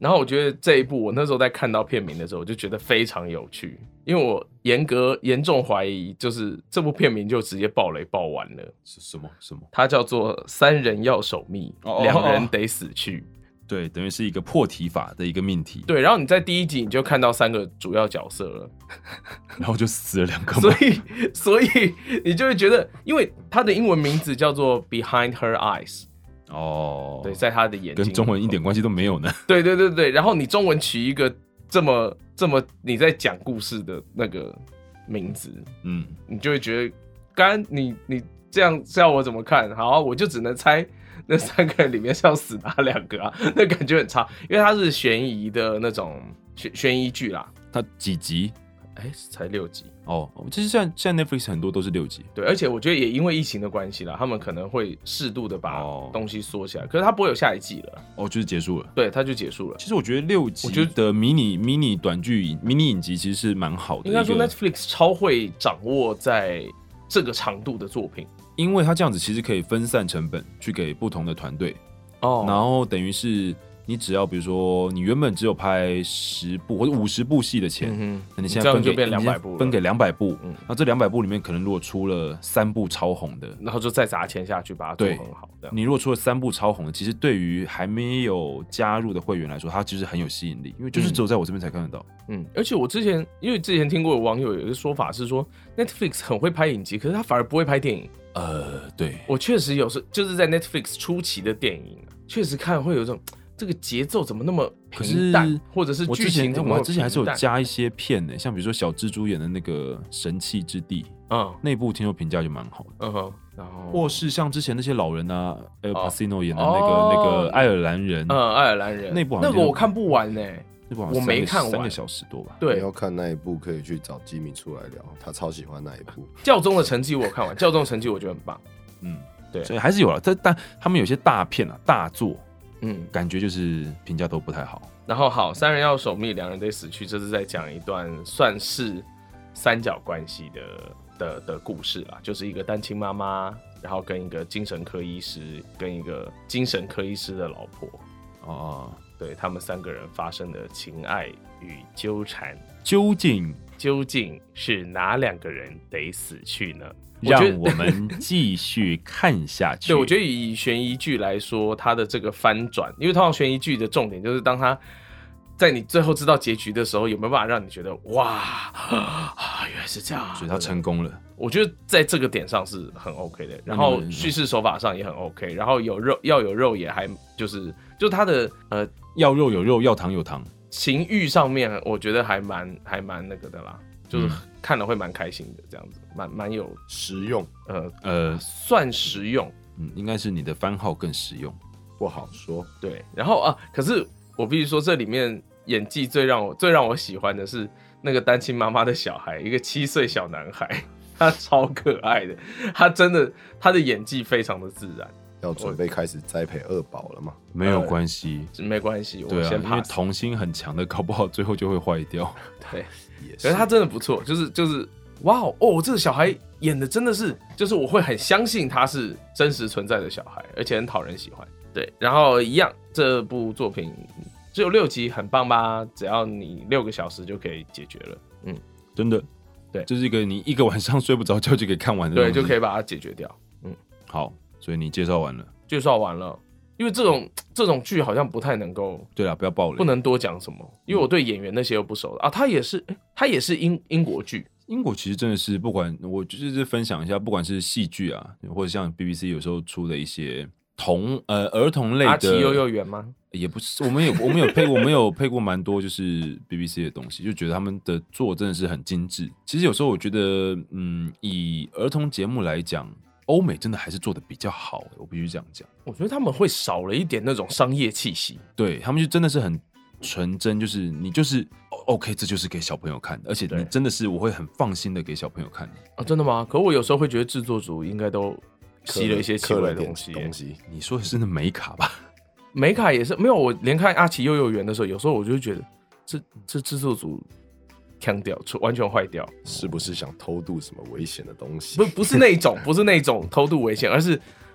B: 然后我觉得这一部我那时候在看到片名的时候，我就觉得非常有趣，因为我严格严重怀疑，就是这部片名就直接爆雷爆完了。
D: 是什么什么？
B: 它叫做“三人要守密，
D: 哦
B: 两人得死去”。
D: 对，等于是一个破题法的一个命题。
B: 对，然后你在第一集你就看到三个主要角色了，
D: 然后就死了两个嘛。
B: 所以所以你就会觉得，因为它的英文名字叫做 Behind Her Eyes。
D: 哦，
B: 对，在他的眼睛
D: 跟中文一点关系都没有呢。
B: 对对对对，然后你中文取一个这么这么你在讲故事的那个名字，
D: 嗯，
B: 你就会觉得，干你你这样叫我怎么看？好、啊，我就只能猜那三个人里面是要死哪两个啊？那感觉很差，因为它是悬疑的那种悬悬疑剧啦。
D: 它几集？
B: 哎，才六集
D: 哦。其实现在现在 Netflix 很多都是六集。
B: 对，而且我觉得也因为疫情的关系啦，他们可能会适度的把东西缩起来，可是它不会有下一季了。
D: 哦，就是结束了。
B: 对，它就结束了。
D: 其实我觉得六集
B: 我觉
D: 的迷你迷你短剧、迷你影集其实是蛮好的。
B: 应该说 Netflix 超会掌握在这个长度的作品，
D: 因为它这样子其实可以分散成本，去给不同的团队。
B: 哦，
D: 然后等于是你只要比如说你原本只有拍十部或者五十部戏的钱，
B: 嗯、
D: 那你现在分给
B: 就变两百部，
D: 分给两百部，
B: 嗯，
D: 那这两百部里面可能如果出了三部超红的，
B: 然后就再砸钱下去把它做很好。
D: 你如果出了三部超红的，其实对于还没有加入的会员来说，它其实很有吸引力，因为就是只有在我这边才看得到。
B: 嗯，而且我之前因为之前听过网友有一个说法是说 ，Netflix 很会拍影集，可是他反而不会拍电影。
D: 呃，对，
B: 我确实有时就是在 Netflix 初期的电影，确实看会有一种这个节奏怎么那么平淡，或者是剧情怎么那么平淡。
D: 我之前还是有加一些片呢，像比如说小蜘蛛演的那个《神器之地》，
B: 嗯，
D: 那部听说评价就蛮好的。
B: 嗯哼，然后
D: 或是像之前那些老人啊 ，Al Pacino 演的那个、
B: 哦、
D: 那个爱尔兰人，
B: 嗯，爱尔兰人
D: 那部
B: 那个我看不完呢、欸。
D: 那部好
B: 像我没看完，
D: 三个小时多吧。
B: 对，
C: 你要看那一部可以去找吉米出来聊，他超喜欢那一部。
B: 教宗的成绩我看完，教宗的成绩我觉得很棒。
D: 嗯，
B: 对，
D: 所以还是有了，但但他们有些大片啊、大作，
B: 嗯，
D: 感觉就是评价都不太好。
B: 然后好，三人要守密，两人得死去，这是在讲一段算是三角关系的的的故事啦，就是一个单亲妈妈，然后跟一个精神科医师，跟一个精神科医师的老婆，
D: 哦，
B: 对他们三个人发生的情爱与纠缠，
D: 究竟
B: 究竟是哪两个人得死去呢？
D: 让我们继续看下去。
B: 对，我觉得以悬疑剧来说，它的这个翻转，因为通常悬疑剧的重点就是当它在你最后知道结局的时候，有没有办法让你觉得哇啊，原来是这样，
D: 所以他成功了。
B: 我觉得在这个点上是很 OK 的，然后叙事手法上也很 OK， 然后有肉要有肉也还就是就它的呃
D: 要肉有肉，要糖有糖，
B: 情欲上面我觉得还蛮还蛮那个的啦，就是看了会蛮开心的，这样子蛮蛮有
C: 实用，
B: 呃
D: 呃
B: 算实用，
D: 嗯，应该是你的番号更实用，
C: 不好说。
B: 对，然后啊，可是我必须说这里面演技最让我最让我喜欢的是那个单亲妈妈的小孩，一个七岁小男孩。他超可爱的，他真的他的演技非常的自然。
C: 要准备开始栽培二宝了吗？
D: 没有关系，
B: 呃、没关系，
D: 对啊，
B: 我先 pass，因为
D: 童心很强的，搞不好最后就会坏掉。
B: 对，
C: 也是。
B: 可是他真的不错，就是就是哇哦，这个小孩演的真的是，就是我会很相信他是真实存在的小孩，而且很讨人喜欢。对，然后一样，这部作品只有六集，很棒吧？只要你六个小时就可以解决了。嗯，
D: 真的。对，这是一个你一个晚上睡不着觉就可以看完的，
B: 对，就可以把它解决掉。嗯，
D: 好，所以你介绍完了，
B: 介绍完了，因为这种这种剧好像不太能够，
D: 对啦，不要爆雷，
B: 不能多讲什么，因为我对演员那些又不熟啊。他也是，欸、他也是英英国剧，
D: 英国其实真的是不管我就是分享一下，不管是戏剧啊，或者像 B B C 有时候出的一些童呃儿童类的，
B: 阿奇幼幼园吗？
D: 也不是，我们有我们有配我们有配过蛮多就是 B B C 的东西，就觉得他们的做真的是很精致。其实有时候我觉得，嗯，以儿童节目来讲，欧美真的还是做的比较好，我必须这样讲。
B: 我觉得他们会少了一点那种商业气息，
D: 对他们就真的是很纯真，就是你就是 OK， 这就是给小朋友看的，而且你真的是我会很放心的给小朋友看的
B: 啊，真的吗？可我有时候会觉得制作组应该都吸了一些奇怪的东西、欸。
C: 东西，
D: 你说的是那美卡吧？
B: 美卡也是没有，我连看阿奇幼幼园的时候，有时候我就会觉得这这制作组腔掉，完全坏掉，
C: 是不是想偷渡什么危险的东西？
B: 不不是那种，不是那种偷渡危险，而是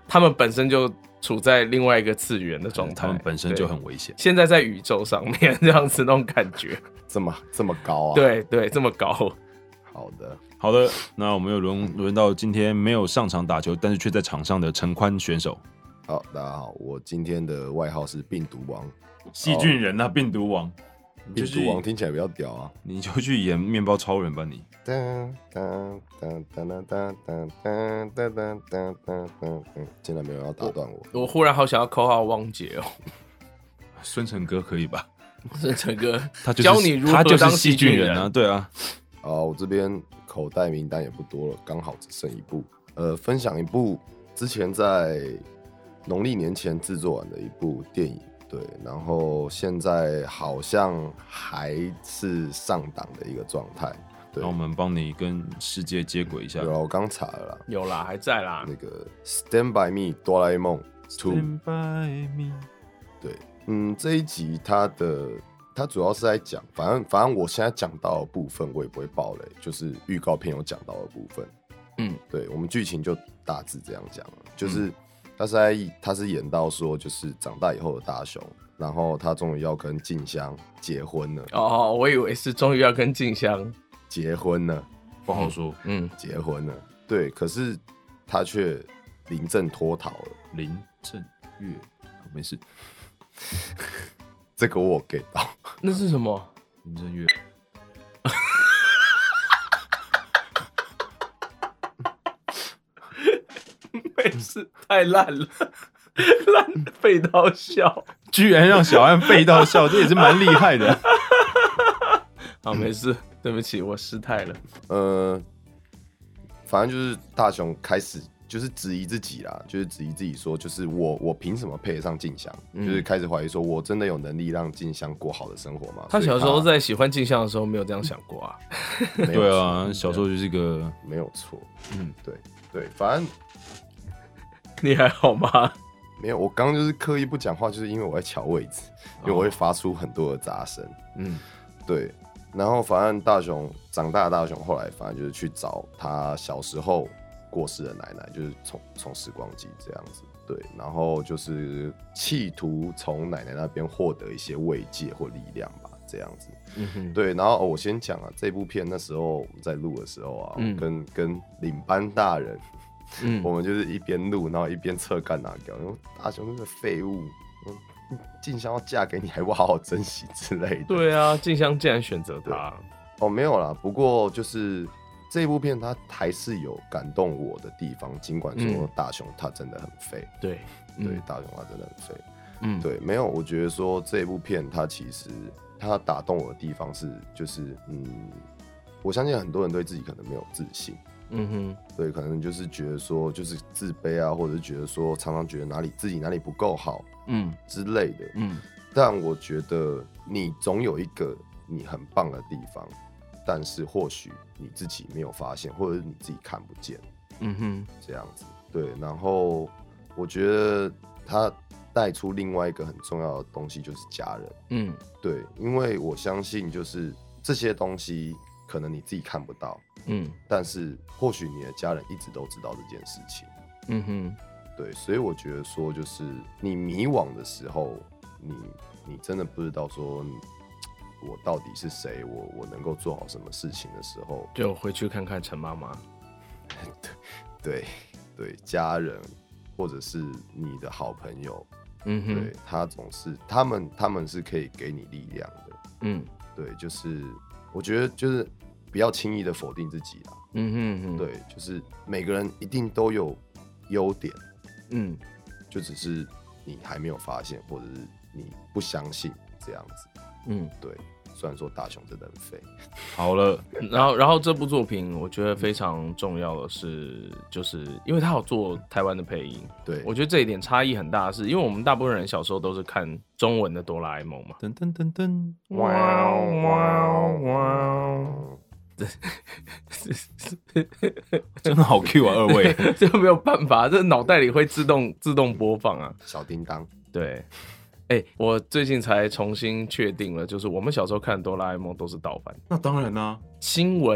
B: 他们本身就处在另外一个次元的状态，
D: 他们本身就很危险。
B: 现在在宇宙上面这样子那种感觉，
C: 这么这么高啊？
B: 对对，这么高。
C: 好的，
D: 好的，那我们又轮轮到今天没有上场打球，但是却在场上的陈宽选手。
C: 好，大家好，我今天的外号是病毒王，
D: 细菌人啊，病毒王。
C: 病毒王听起来比较屌啊！
D: 你就去演面包超人吧你。
C: 噔噔噔噔噔噔噔噔噔噔噔噔，竟然没有要打断我。
B: 我忽然好想要口号汪杰哦，
D: 孙成哥可以吧？
B: 孙成哥，
D: 他就是
B: 教你如何当细菌人
D: 啊，对啊。
C: 好，我这边口袋名单也不多了，刚好只剩一部。呃，分享一部之前在农历年前制作完的一部电影。对，然后现在好像还是上档的一个状态。对，
D: 那我们帮你跟世界接轨一下。
C: 有啊，我刚查了啦，
B: 有啦，还在啦。
C: 那个《Stand by Me》哆啦 A 梦 two。
D: Stand by me。
C: 对，嗯，这一集它的它主要是在讲，反正反正我现在讲到的部分我也不会爆雷，就是预告片有讲到的部分。嗯，对，我们剧情就大致这样讲了，就是。嗯他是在他是演到说，就是长大以后的大雄，然后他终于要跟静香结婚了。
B: 哦，我以为是终于要跟静香
C: 结婚了，
D: 不好说。
B: 嗯，
C: 结婚了，对，可是他却临阵脱逃了。
D: 林正月，没事，
C: 这个我 get 到。
B: 那是什么？
D: 林正月。
B: 没事，太烂了，烂废到笑，
D: 居然让小安废到笑，这也是蛮厉害的。
B: 好，没事，对不起，我失态了。
C: 呃，反正就是大雄开始就是质疑自己啦，就是质疑自己说，就是我我凭什么配得上静香？嗯、就是开始怀疑说，我真的有能力让静香过好的生活吗？
B: 他小时候在喜欢静香的时候，没有这样想过啊。
D: 对啊，小时候就是个
C: 没有错。嗯，对对，反正。
B: 你还好吗？
C: 没有，我刚刚就是刻意不讲话，就是因为我在瞧位置，因为我会发出很多的杂声。嗯，对。然后反正大雄长大的大雄后来反正就是去找他小时候过世的奶奶，就是从从时光机这样子。对，然后就是企图从奶奶那边获得一些慰藉或力量吧，这样子。嗯哼，对。然后、哦、我先讲啊，这部片那时候我们在录的时候啊，嗯、跟跟领班大人。嗯，我们就是一边录，然后一边侧干拿掉。然后大雄是个废物，静香要嫁给你，还不好好珍惜之类的。
B: 对啊，静香竟然选择他。
C: 哦，没有啦。不过就是这部片，它还是有感动我的地方。尽管说大雄他真的很废，
B: 对、
C: 嗯、对，大雄他真的很废。嗯，对，没有。我觉得说这部片它其实它打动我的地方是，就是嗯，我相信很多人对自己可能没有自信。嗯哼，对，可能就是觉得说，就是自卑啊，或者是觉得说，常常觉得哪里自己哪里不够好，嗯之类的，嗯。但我觉得你总有一个你很棒的地方，但是或许你自己没有发现，或者是你自己看不见，嗯哼，这样子。对，然后我觉得他带出另外一个很重要的东西，就是家人，嗯，对，因为我相信就是这些东西。可能你自己看不到，嗯，但是或许你的家人一直都知道这件事情，嗯哼，对，所以我觉得说，就是你迷惘的时候，你你真的不知道说我到底是谁，我我能够做好什么事情的时候，
B: 就回去看看陈妈妈，
C: 对对，家人或者是你的好朋友，嗯哼，对他总是他们他们是可以给你力量的，嗯，对，就是我觉得就是。不要轻易的否定自己啦，嗯哼哼，对，就是每个人一定都有优点，嗯，就只是你还没有发现，或者是你不相信这样子，嗯，对。虽然说大雄真的很废，
B: 好了，然后然后这部作品我觉得非常重要的是，就是因为他有做台湾的配音，
C: 对，
B: 我觉得这一点差异很大，是因为我们大部分人小时候都是看中文的哆啦 A 梦嘛，
D: 噔噔噔噔，
B: 哇哇哇，
D: 真的好 Q 啊，二位
B: 这没有办法，这脑袋里会自动自动播放啊，
C: 小叮当，
B: 对。哎、欸，我最近才重新确定了，就是我们小时候看的哆啦 A 梦都是盗版。
D: 那当然啦、啊，
B: 新闻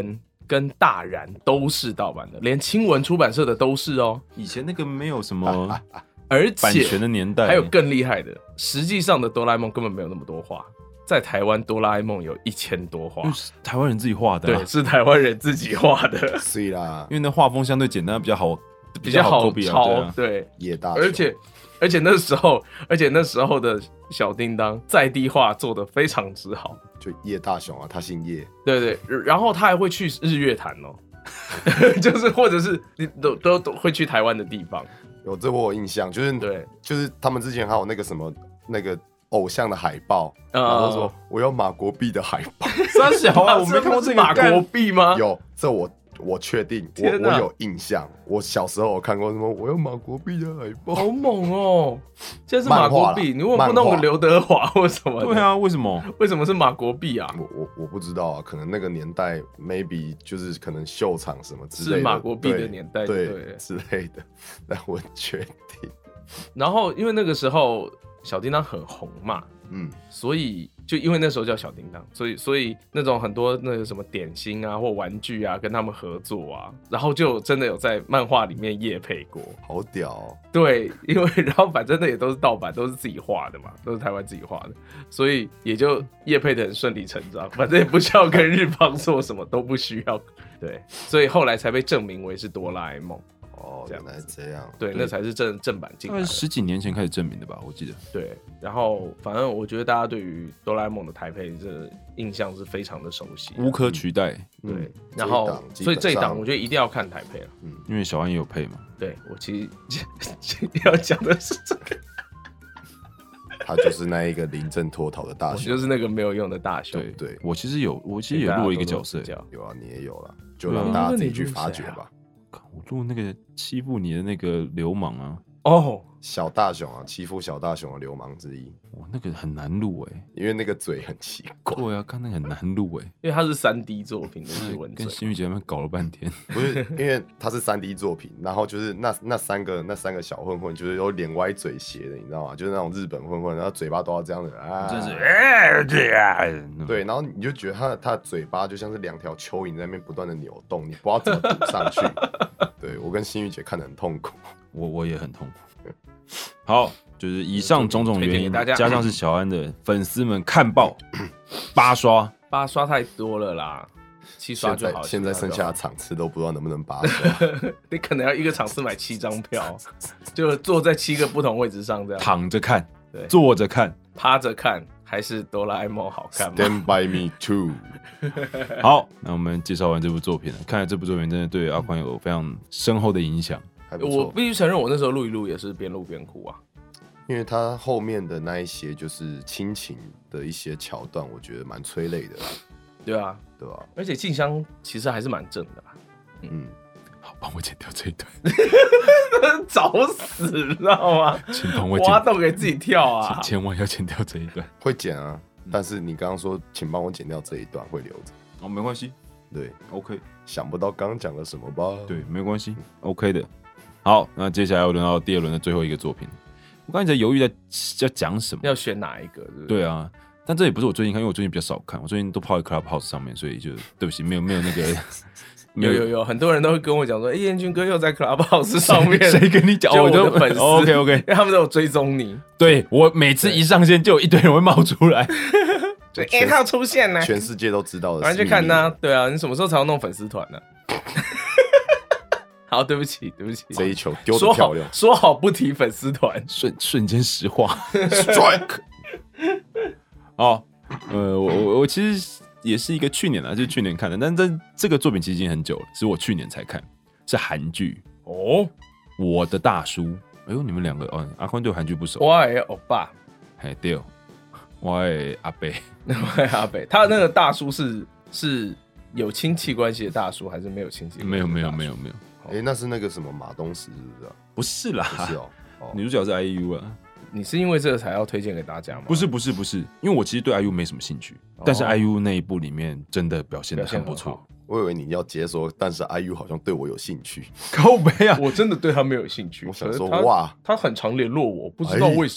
B: 跟大然都是盗版的，连青文出版社的都是哦。
D: 以前那个没有什么
B: 而
D: 版
B: 且
D: 权的年代，
B: 还有更厉害的，实际上的哆啦 A 梦根本没有那么多话，在台湾哆啦 A 梦有一千多话，
D: 就是台湾人自己画的、啊，
B: 对，是台湾人自己画的，
C: 所以啦，
D: 因为那画风相对简单，比较好，
B: 比较好
D: copy
B: 抄，
D: 啊，对啊，
B: 对，
C: 叶大雄，
B: 而且而且那时候，而且那时候的小叮当在地化做得非常之好，
C: 就叶大雄啊，他姓叶，
B: 对对，然后他还会去日月潭哦，就是或者是你都都都会去台湾的地方，
C: 有这我有印象，就是
B: 对，
C: 就是他们之前还有那个什么那个偶像的海报，
B: 嗯
C: 然后说我要马国碧的海报，
D: 三小啊，我没看过这个
B: 马国碧吗？
C: 有这我我确定，我
B: 天哪
C: 我有印象，我小时候有看过什么我要马国碧的海报，
B: 好猛哦！现在是马国碧，你为什么不弄个刘德华或什么的？
D: 对啊，为什么？
B: 为什么是马国碧啊？
C: 我我我不知道啊，可能那个年代 maybe 就是可能秀场什么之类的，
B: 是马国碧的
C: 对
B: 年代
C: 对
B: 对了
C: 之类的，但我很确定，
B: 然后因为那个时候小叮当很红嘛，
C: 嗯，
B: 所以就因为那时候叫小叮当，所以所以那种很多那个什么点心啊或玩具啊跟他们合作啊，然后就真的有在漫画里面业配过。
C: 好屌哦，
B: 对，因为然后反正那也都是盗版，都是自己画的嘛，都是台湾自己画的，所以也就业配的很顺理成章，反正也不需要跟日方做什么，都不需要。对，所以后来才被证明为是哆啦 A 梦。
C: 哦，
B: 这样
C: 原来是这样，
B: 对，那才是正正版进来的。
D: 大概十几年前开始证明的吧，我记得。
B: 对，然后反正我觉得大家对于哆啦 A 梦的台配这印象是非常的熟悉，
D: 无可取代，
B: 对，
C: 嗯
B: 然后
C: 这一档基本上
B: 所以这一档我觉得一定要看台配了。
D: 因为小安也有配嘛。
B: 对我其实要讲的是这个，
C: 他就是那一个临阵脱逃的大
B: 我
C: 雄，
B: 就是那个没有用的大雄。
D: 对
C: 对
D: 我其实有，我其实也录了一个角色，
C: 有啊，你也有了，就让大家自己去发掘吧。
D: 我录那个欺负你的那个流氓啊，
B: 哦，
C: 小大雄啊，欺负小大雄的流氓之一，
D: 哇，那个很难录哎、
C: 因为那个嘴很奇怪，
D: 对啊，看那个很难录哎、
B: 因为它是三 D 作品的日文嘴，
D: 跟新玉姐他们搞了半天，
C: 不是因为他是三 D 作品，然后就是那那三个那三个小混混，就是有脸歪嘴斜的，你知道吗？就是那种日本混混，然后嘴巴都要这样的啊，
D: 真是哎对啊，
C: 对，然后你就觉得他的他的嘴巴就像是两条蚯蚓在那边不断的扭动，你不知道怎么堵上去。对我跟心玉姐看得很痛苦，
D: 我我也很痛苦。好，就是以上种种原因，
B: 推荐给大家
D: 加上是小安的粉丝们看爆八刷，
B: 八刷太多了啦，七刷
C: 现
B: 就好。
C: 在现在
B: 七刷就好
C: 剩下的场次都不知道能不能拔刷。
B: 你可能要一个场次买七张票，就坐在七个不同位置上这样，
D: 躺着看
B: 对，
D: 坐着看。
B: 趴着看，还是哆啦 A 梦好看吗？
C: Stand by me too。
D: 好，那我们介绍完这部作品了，看来这部作品真的对阿宽有非常深厚的影响。
B: 我
C: 还不错，
B: 必须承认，我那时候录一录也是边录边哭啊。
C: 因为他后面的那一些就是亲情的一些桥段，我觉得蛮催泪的啦，
B: 对啊，
C: 对吧？
B: 而且静香其实还是蛮正的啦，
C: 嗯，
D: 好，帮我剪掉这一段，
B: 找死，你知道吗？
D: 请帮我
B: 挖
D: 剪，
B: 洞给自己跳啊！
D: 千万要剪掉这一段。
C: 会剪啊，但是你刚刚说，请帮我剪掉这一段，会留着。
D: 哦，没关系
C: 对，
D: ，OK，
C: 想不到刚刚讲了什么吧？
D: 对，没关系，OK 的。好，那接下来我轮到第二轮的最后一个作品。我刚才在犹豫在要讲什么，
B: 要选哪一个？对不对？
D: 对啊，但这也不是我最近看，因为我最近比较少看，我最近都泡在 Clubhouse 上面，所以就对不起，没有没有那个，
B: 有有有，很多人都会跟我讲说，哎，彦君哥又在 Clubhouse 上面，
D: 谁跟你讲？
B: 就我
D: 都
B: 的粉丝
D: OK OK，
B: 因为他们都有追踪你，
D: 对我每次一上线就有一堆人会冒出来，
B: 就哎，他要出现呢，
C: 全世界都知道的。
B: 赶快去看呐！对啊，你什么时候才要弄粉丝团呢？好，对不起，对不起，
C: 这一球丢
B: 说好
C: 的漂亮
B: 说好不提粉丝团，
D: 瞬瞬间石化。
C: ，strike。
D: 哦，呃，我我我其实也是一个去年啊，就是去年看的，但这这个作品其实已经很久了，是我去年才看，是韩剧
B: 哦。
D: 我的大叔。哎呦，你们两个哦，阿宽对韩剧不熟，
B: 我的欧巴，
D: 嘿对，我的阿伯，
B: 我的阿北，他的那个大叔是是有亲戚关系的大叔，还是没有亲戚关系的大叔？
D: 没有没有没有没有，
C: 哎，那是那个什么马东石是不是啊？
D: 不是啦，
C: 不是哦，哦
D: 女主角是 I U 啊，
B: 你是因为这个才要推荐给大家吗？
D: 不是不是不是，因为我其实对 I U 没什么兴趣，但是 I U 那一部里面真的表现的
B: 表现
D: 很不错
B: 好。
C: 我以为你要接说，但是 I U 好像对我有兴趣。
D: 靠背啊，
B: 我真的对他没有兴趣。
C: 我想说
B: 可是他
C: 哇，
B: 他很常联络我，不知道为什么。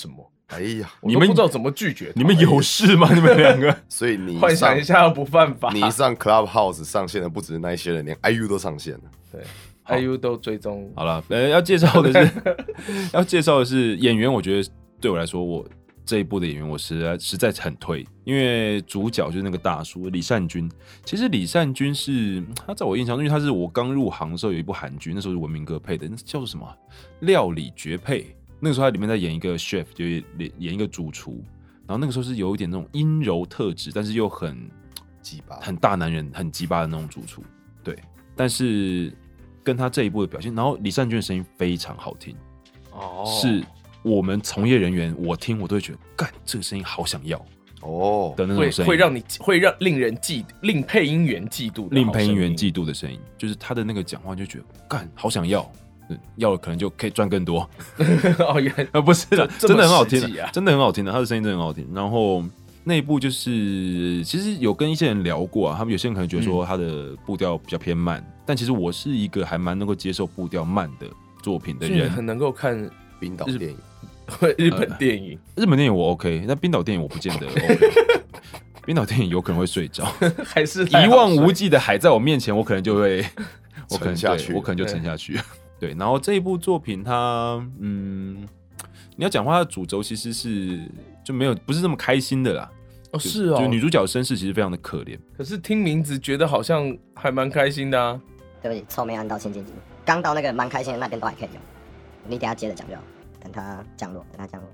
C: 哎呀，
B: 我都不知道怎么拒绝他。
D: 你们有事吗？你们两个？
C: 所以你
B: 幻想一下又不犯法。
C: 你一上 Clubhouse 上线的不止那一些人，连 I U 都上线了。
B: 对 ，I U 都追踪。
D: 好了，呃，要介绍的是要介绍的是演员，我觉得对我来说，我这一部的演员我实在实在很推，因为主角就是那个大叔李善均。其实李善均是他在我印象中，因为他是我刚入行的时候有一部韩剧，那时候是文明哥配的，那叫做什么料理绝配。那个时候他里面在演一个 chef， 就演一个主厨，然后那个时候是有一点那种阴柔特质，但是又很
C: 鸡巴，
D: 很大男人、很鸡巴的那种主厨。对，但是跟他这一部的表现，然后李善均的声音非常好听，
B: 哦，
D: 是我们从业人员我听我都会觉得，干这个声音好想要
C: 哦
D: 的那种声音，
B: 会会让你会让令人嫉令配音员嫉妒的好声音，
D: 令配音员嫉妒的声音，就是他的那个讲话就觉得干好想要。要了可能就可以赚更多
B: 哦，原来
D: 啊不是啦，
B: 这
D: 真的很好听
B: 啊，
D: 真的很好听的，他的声音真的很好听。然后那一部就是其实有跟一些人聊过啊，他们有些人可能觉得说他的步调比较偏慢，嗯、但其实我是一个还蛮能够接受步调慢的作品的人，
B: 很能够看
C: 冰岛电影、
B: 日本电影、
D: 呃、日本电影我 OK， 但冰岛电影我不见得 OK。冰岛电影有可能会睡着，
B: 还是
D: 一望无际的海在我面前，我可能就会，我可能
C: 沉下去，
D: 我可能就沉下去。对，然后这一部作品它，嗯，你要讲话，它的主轴其实是就没有不是这么开心的啦。
B: 哦，是哦，
D: 就女主角的身世其实非常的可怜。
B: 可是听名字觉得好像还蛮开心的啊。
E: 对不起，臭妹按到千斤级，刚到那个蛮开心的那边都还可以用，你等一下接着讲就好，等它降落，等它降落。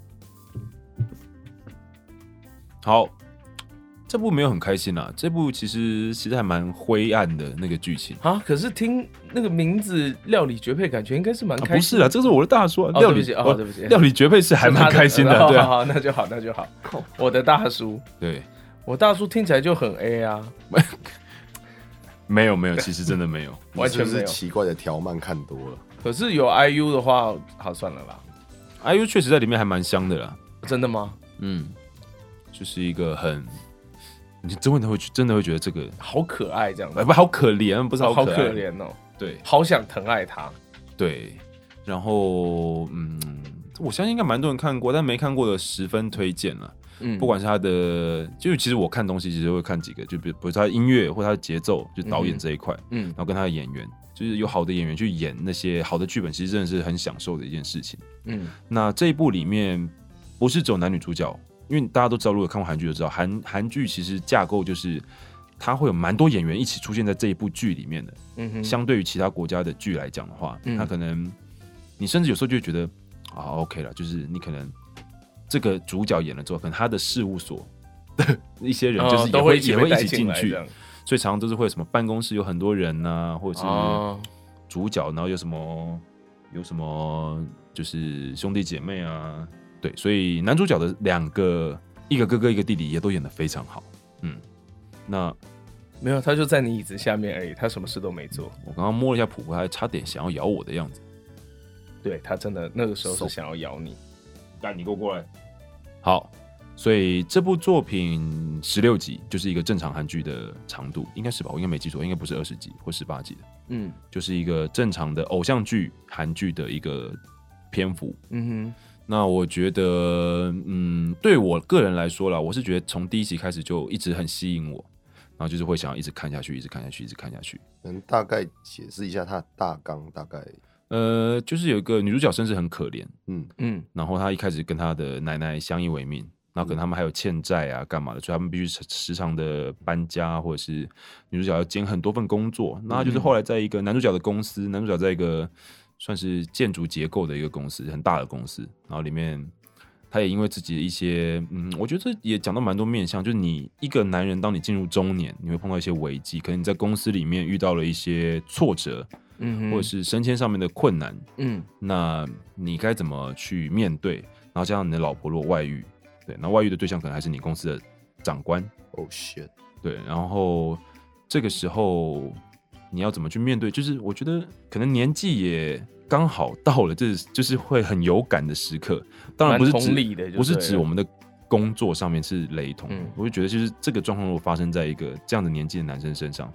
D: 好。这部没有很开心啦，这部其实其实还蛮灰暗的那个剧情
B: 啊。可是听那个名字“料理绝配”，感觉应该是蛮开心的、
D: 啊。不是啦，这是我的大叔啊。
B: 哦、
D: 料理
B: 对不起，哦，对不起，
D: 料理绝配是还蛮开心的，的对、啊。
B: 好，那就好，那就好。我的大叔，
D: 对，
B: 我大叔听起来就很 A 啊。
D: 没有没有，其实真的没有，
B: 完全没有。
C: 是奇怪的条漫看多了。
B: 可是有 I U 的话，好算了啦。
D: I U 确实在里面还蛮香的啦。
B: 真的吗？
D: 嗯，就是一个很。你真的会真的会觉得这个
B: 好可爱，这样子，
D: 不好可怜，不是好可
B: 好可怜哦。
D: 对，
B: 好想疼爱他。
D: 对，然后嗯，我相信应该蛮多人看过，但没看过的十分推荐了。嗯，不管是他的，就是其实我看东西其实会看几个，就比如他的音乐或他的节奏，就导演这一块，嗯，然后跟他的演员，就是有好的演员去演那些好的剧本，其实真的是很享受的一件事情。嗯，那这一部里面不是只有男女主角。因为大家都知道，如果看过韩剧就知道，韩韩剧其实架构就是它会有蛮多演员一起出现在这一部剧里面的。嗯哼，相对于其他国家的剧来讲的话，嗯、它可能你甚至有时候就会觉得啊 ，OK 了，就是你可能这个主角演了之后，可能他的事务所的一些人就是也会、哦、也会一起进去，所以常常都是会有什么办公室有很多人啊，或者是主角，然后有什么有什么就是兄弟姐妹啊。对，所以男主角的两个，一个哥哥一个弟弟也都演得非常好。嗯，那
B: 没有，他就在你椅子下面而已，他什么事都没做。
D: 我刚刚摸了一下谱，他还差点想要咬我的样子。
B: 对，他真的那个时候是想要咬你。
D: 干，你给我过来。好，所以这部作品十六集就是一个正常韩剧的长度，应该是吧？我应该没记错，应该不是二十集或十八集的。嗯，就是一个正常的偶像剧韩剧的一个篇幅。嗯哼。那我觉得，嗯，对我个人来说啦，我是觉得从第一集开始就一直很吸引我，然后就是会想要一直看下去，一直看下去，一直看下去。
C: 能大概解释一下它的大纲？大概，
D: 呃，就是有一个女主角身世很可怜，嗯嗯，然后她一开始跟她的奶奶相依为命，然后可能他们还有欠债啊，干嘛的，所以他们必须时常的搬家，或者是女主角要兼很多份工作。那就是后来在一个男主角的公司，男主角在一个。算是建筑结构的一个公司，很大的公司。然后里面，他也因为自己的一些，嗯，我觉得这也讲到蛮多面向，就是你一个男人，当你进入中年，你会碰到一些危机，可能你在公司里面遇到了一些挫折，嗯，或者是升迁上面的困难，嗯，那你该怎么去面对？然后加上你的老婆如果外遇，对，那外遇的对象可能还是你公司的长官。
C: Oh shit！
D: 对，然后这个时候。你要怎么去面对？就是我觉得可能年纪也刚好到了，这就是会很有感的时刻。当然不是指不是指我们的工作上面是雷同，嗯、我就觉得就是这个状况如果发生在一个这样的年纪的男生身上，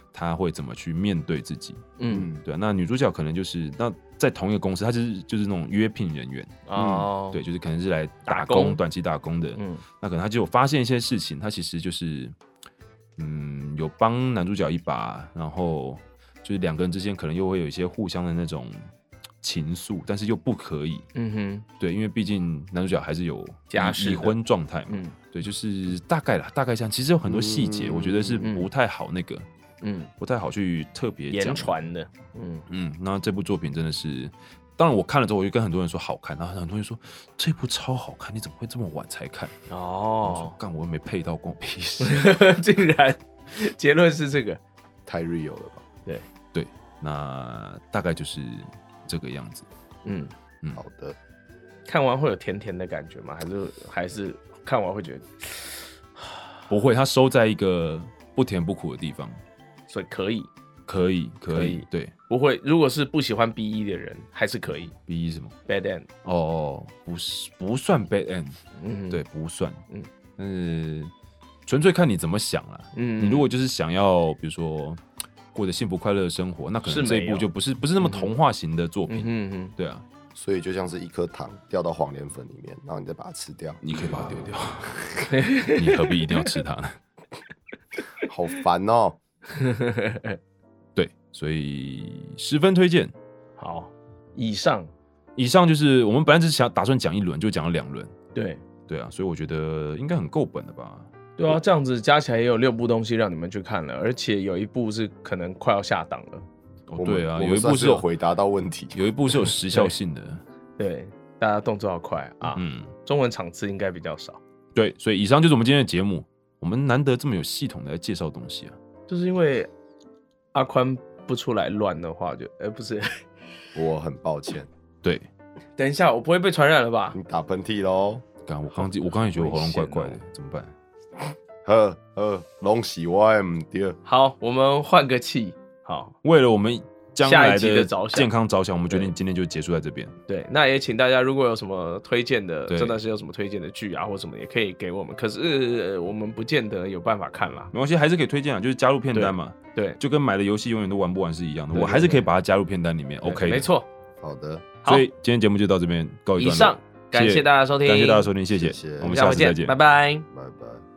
D: 他会怎么去面对自己。
B: 嗯，
D: 对啊，那女主角可能就是那在同一个公司，她就是就是那种约聘人员。
B: 哦，
D: 对，就是可能是来打
B: 打工
D: 工、短期打工的。
B: 嗯，
D: 那可能他就有发现一些事情，他其实就是嗯有帮男主角一把，然后就是两个人之间可能又会有一些互相的那种情愫，但是又不可以。
B: 嗯哼，
D: 对，因为毕竟男主角还是有
B: 家室的
D: 已婚状态嘛。
B: 嗯
D: 对，就是大概啦，大概这样。其实有很多细节，
C: 嗯
D: 我觉得是不太好那个，
B: 嗯，
D: 不太好去特别讲
B: 言传的，嗯
D: 嗯，那这部作品真的是，当然我看了之后，我就跟很多人说好看，然后很多人说这部超好看，你怎么会这么晚才看？我说
B: 哦，
D: 干，我又没配到，关我屁事。
B: 竟然结论是这个，
C: 太 real 了吧？
B: 对，
D: 对，那大概就是这个样子。
B: 嗯，
C: 好的，
B: 看完会有甜甜的感觉吗？还是还是看完会觉得，
D: 不会，它收在一个不甜不苦的地方，
B: 所以可以
D: 可以，可以，
B: 可以
D: 对。
B: 不会？如果是不喜欢 B 一的人，还是可以
D: B 一什么？
B: bad end，
D: 哦，不是，不算 bad end，
B: 嗯，
D: 对，，不算，
B: 嗯
D: 嗯，但是纯粹看你怎么想啦。
B: 嗯
D: 你如果就是想要，比如说过着幸福快乐的生活，那可能这一
B: 是没有
D: 部就不是不是那么童话型的作品，
B: 嗯哼
D: 对啊，
C: 所以就像是一颗糖掉到黄连粉里面，然后你再把它吃掉，
D: 你可以把它丢掉，你何必一定要吃它呢？
C: 好烦哦。
D: 对，所以十分推荐。
B: 好，以上
D: 以上就是我们本来只是想打算讲一轮，就讲了两轮，
B: 对
D: 对啊，所以我觉得应该很够本了吧？
B: 对啊，这样子加起来也有六部东西让你们去看了，而且有一部是可能快要下档了。
D: 哦，
C: 我们
D: 对啊，
C: 我们
D: 有一部是
C: 算是有回答到问题，
D: 有一部是有时效性的，
B: 对，大家动作要快啊，
D: 嗯，
B: 中文场次应该比较少，
D: 对，所以以上就是我们今天的节目。我们难得这么有系统的来介绍东西啊，
B: 就是因为阿宽不出来乱的话就，哎、不是，
C: 我很抱歉。
D: 对，
B: 等一下我不会被传染了吧？
C: 你打喷嚏喽？
D: 刚我刚我刚也觉得我喉咙怪怪的
B: 危险哦，
D: 怎么办？
C: 呵呵，拢是我的唔对。
B: 好，我们换个气，好，
D: 为了我们将
B: 下
D: 来
B: 一集的着想
D: 健康着想，我们决定
B: 对
D: 今天就结束在这边。
B: 对，那也请大家如果有什么推荐的，
D: 对
B: 真的是有什么推荐的剧啊或什么，也可以给我们。可是、呃我们不见得有办法看啦。
D: 没关系，还是可以推荐啊，就是加入片单嘛，
B: 对，
D: 就跟买的游戏永远都玩不完是一样的，
B: 对对
D: 我还是可以把它加入片单里面
B: 对
D: ，OK 的。
B: 没错。
C: 好的，
B: 好
D: 所以今天节目就到这边告一段落。
B: 以上，感谢大家收听，
D: 感谢大家收听，谢谢，
C: 谢谢
D: 我们
B: 下回见，
D: 下次再见，
B: 拜拜。
C: 拜拜。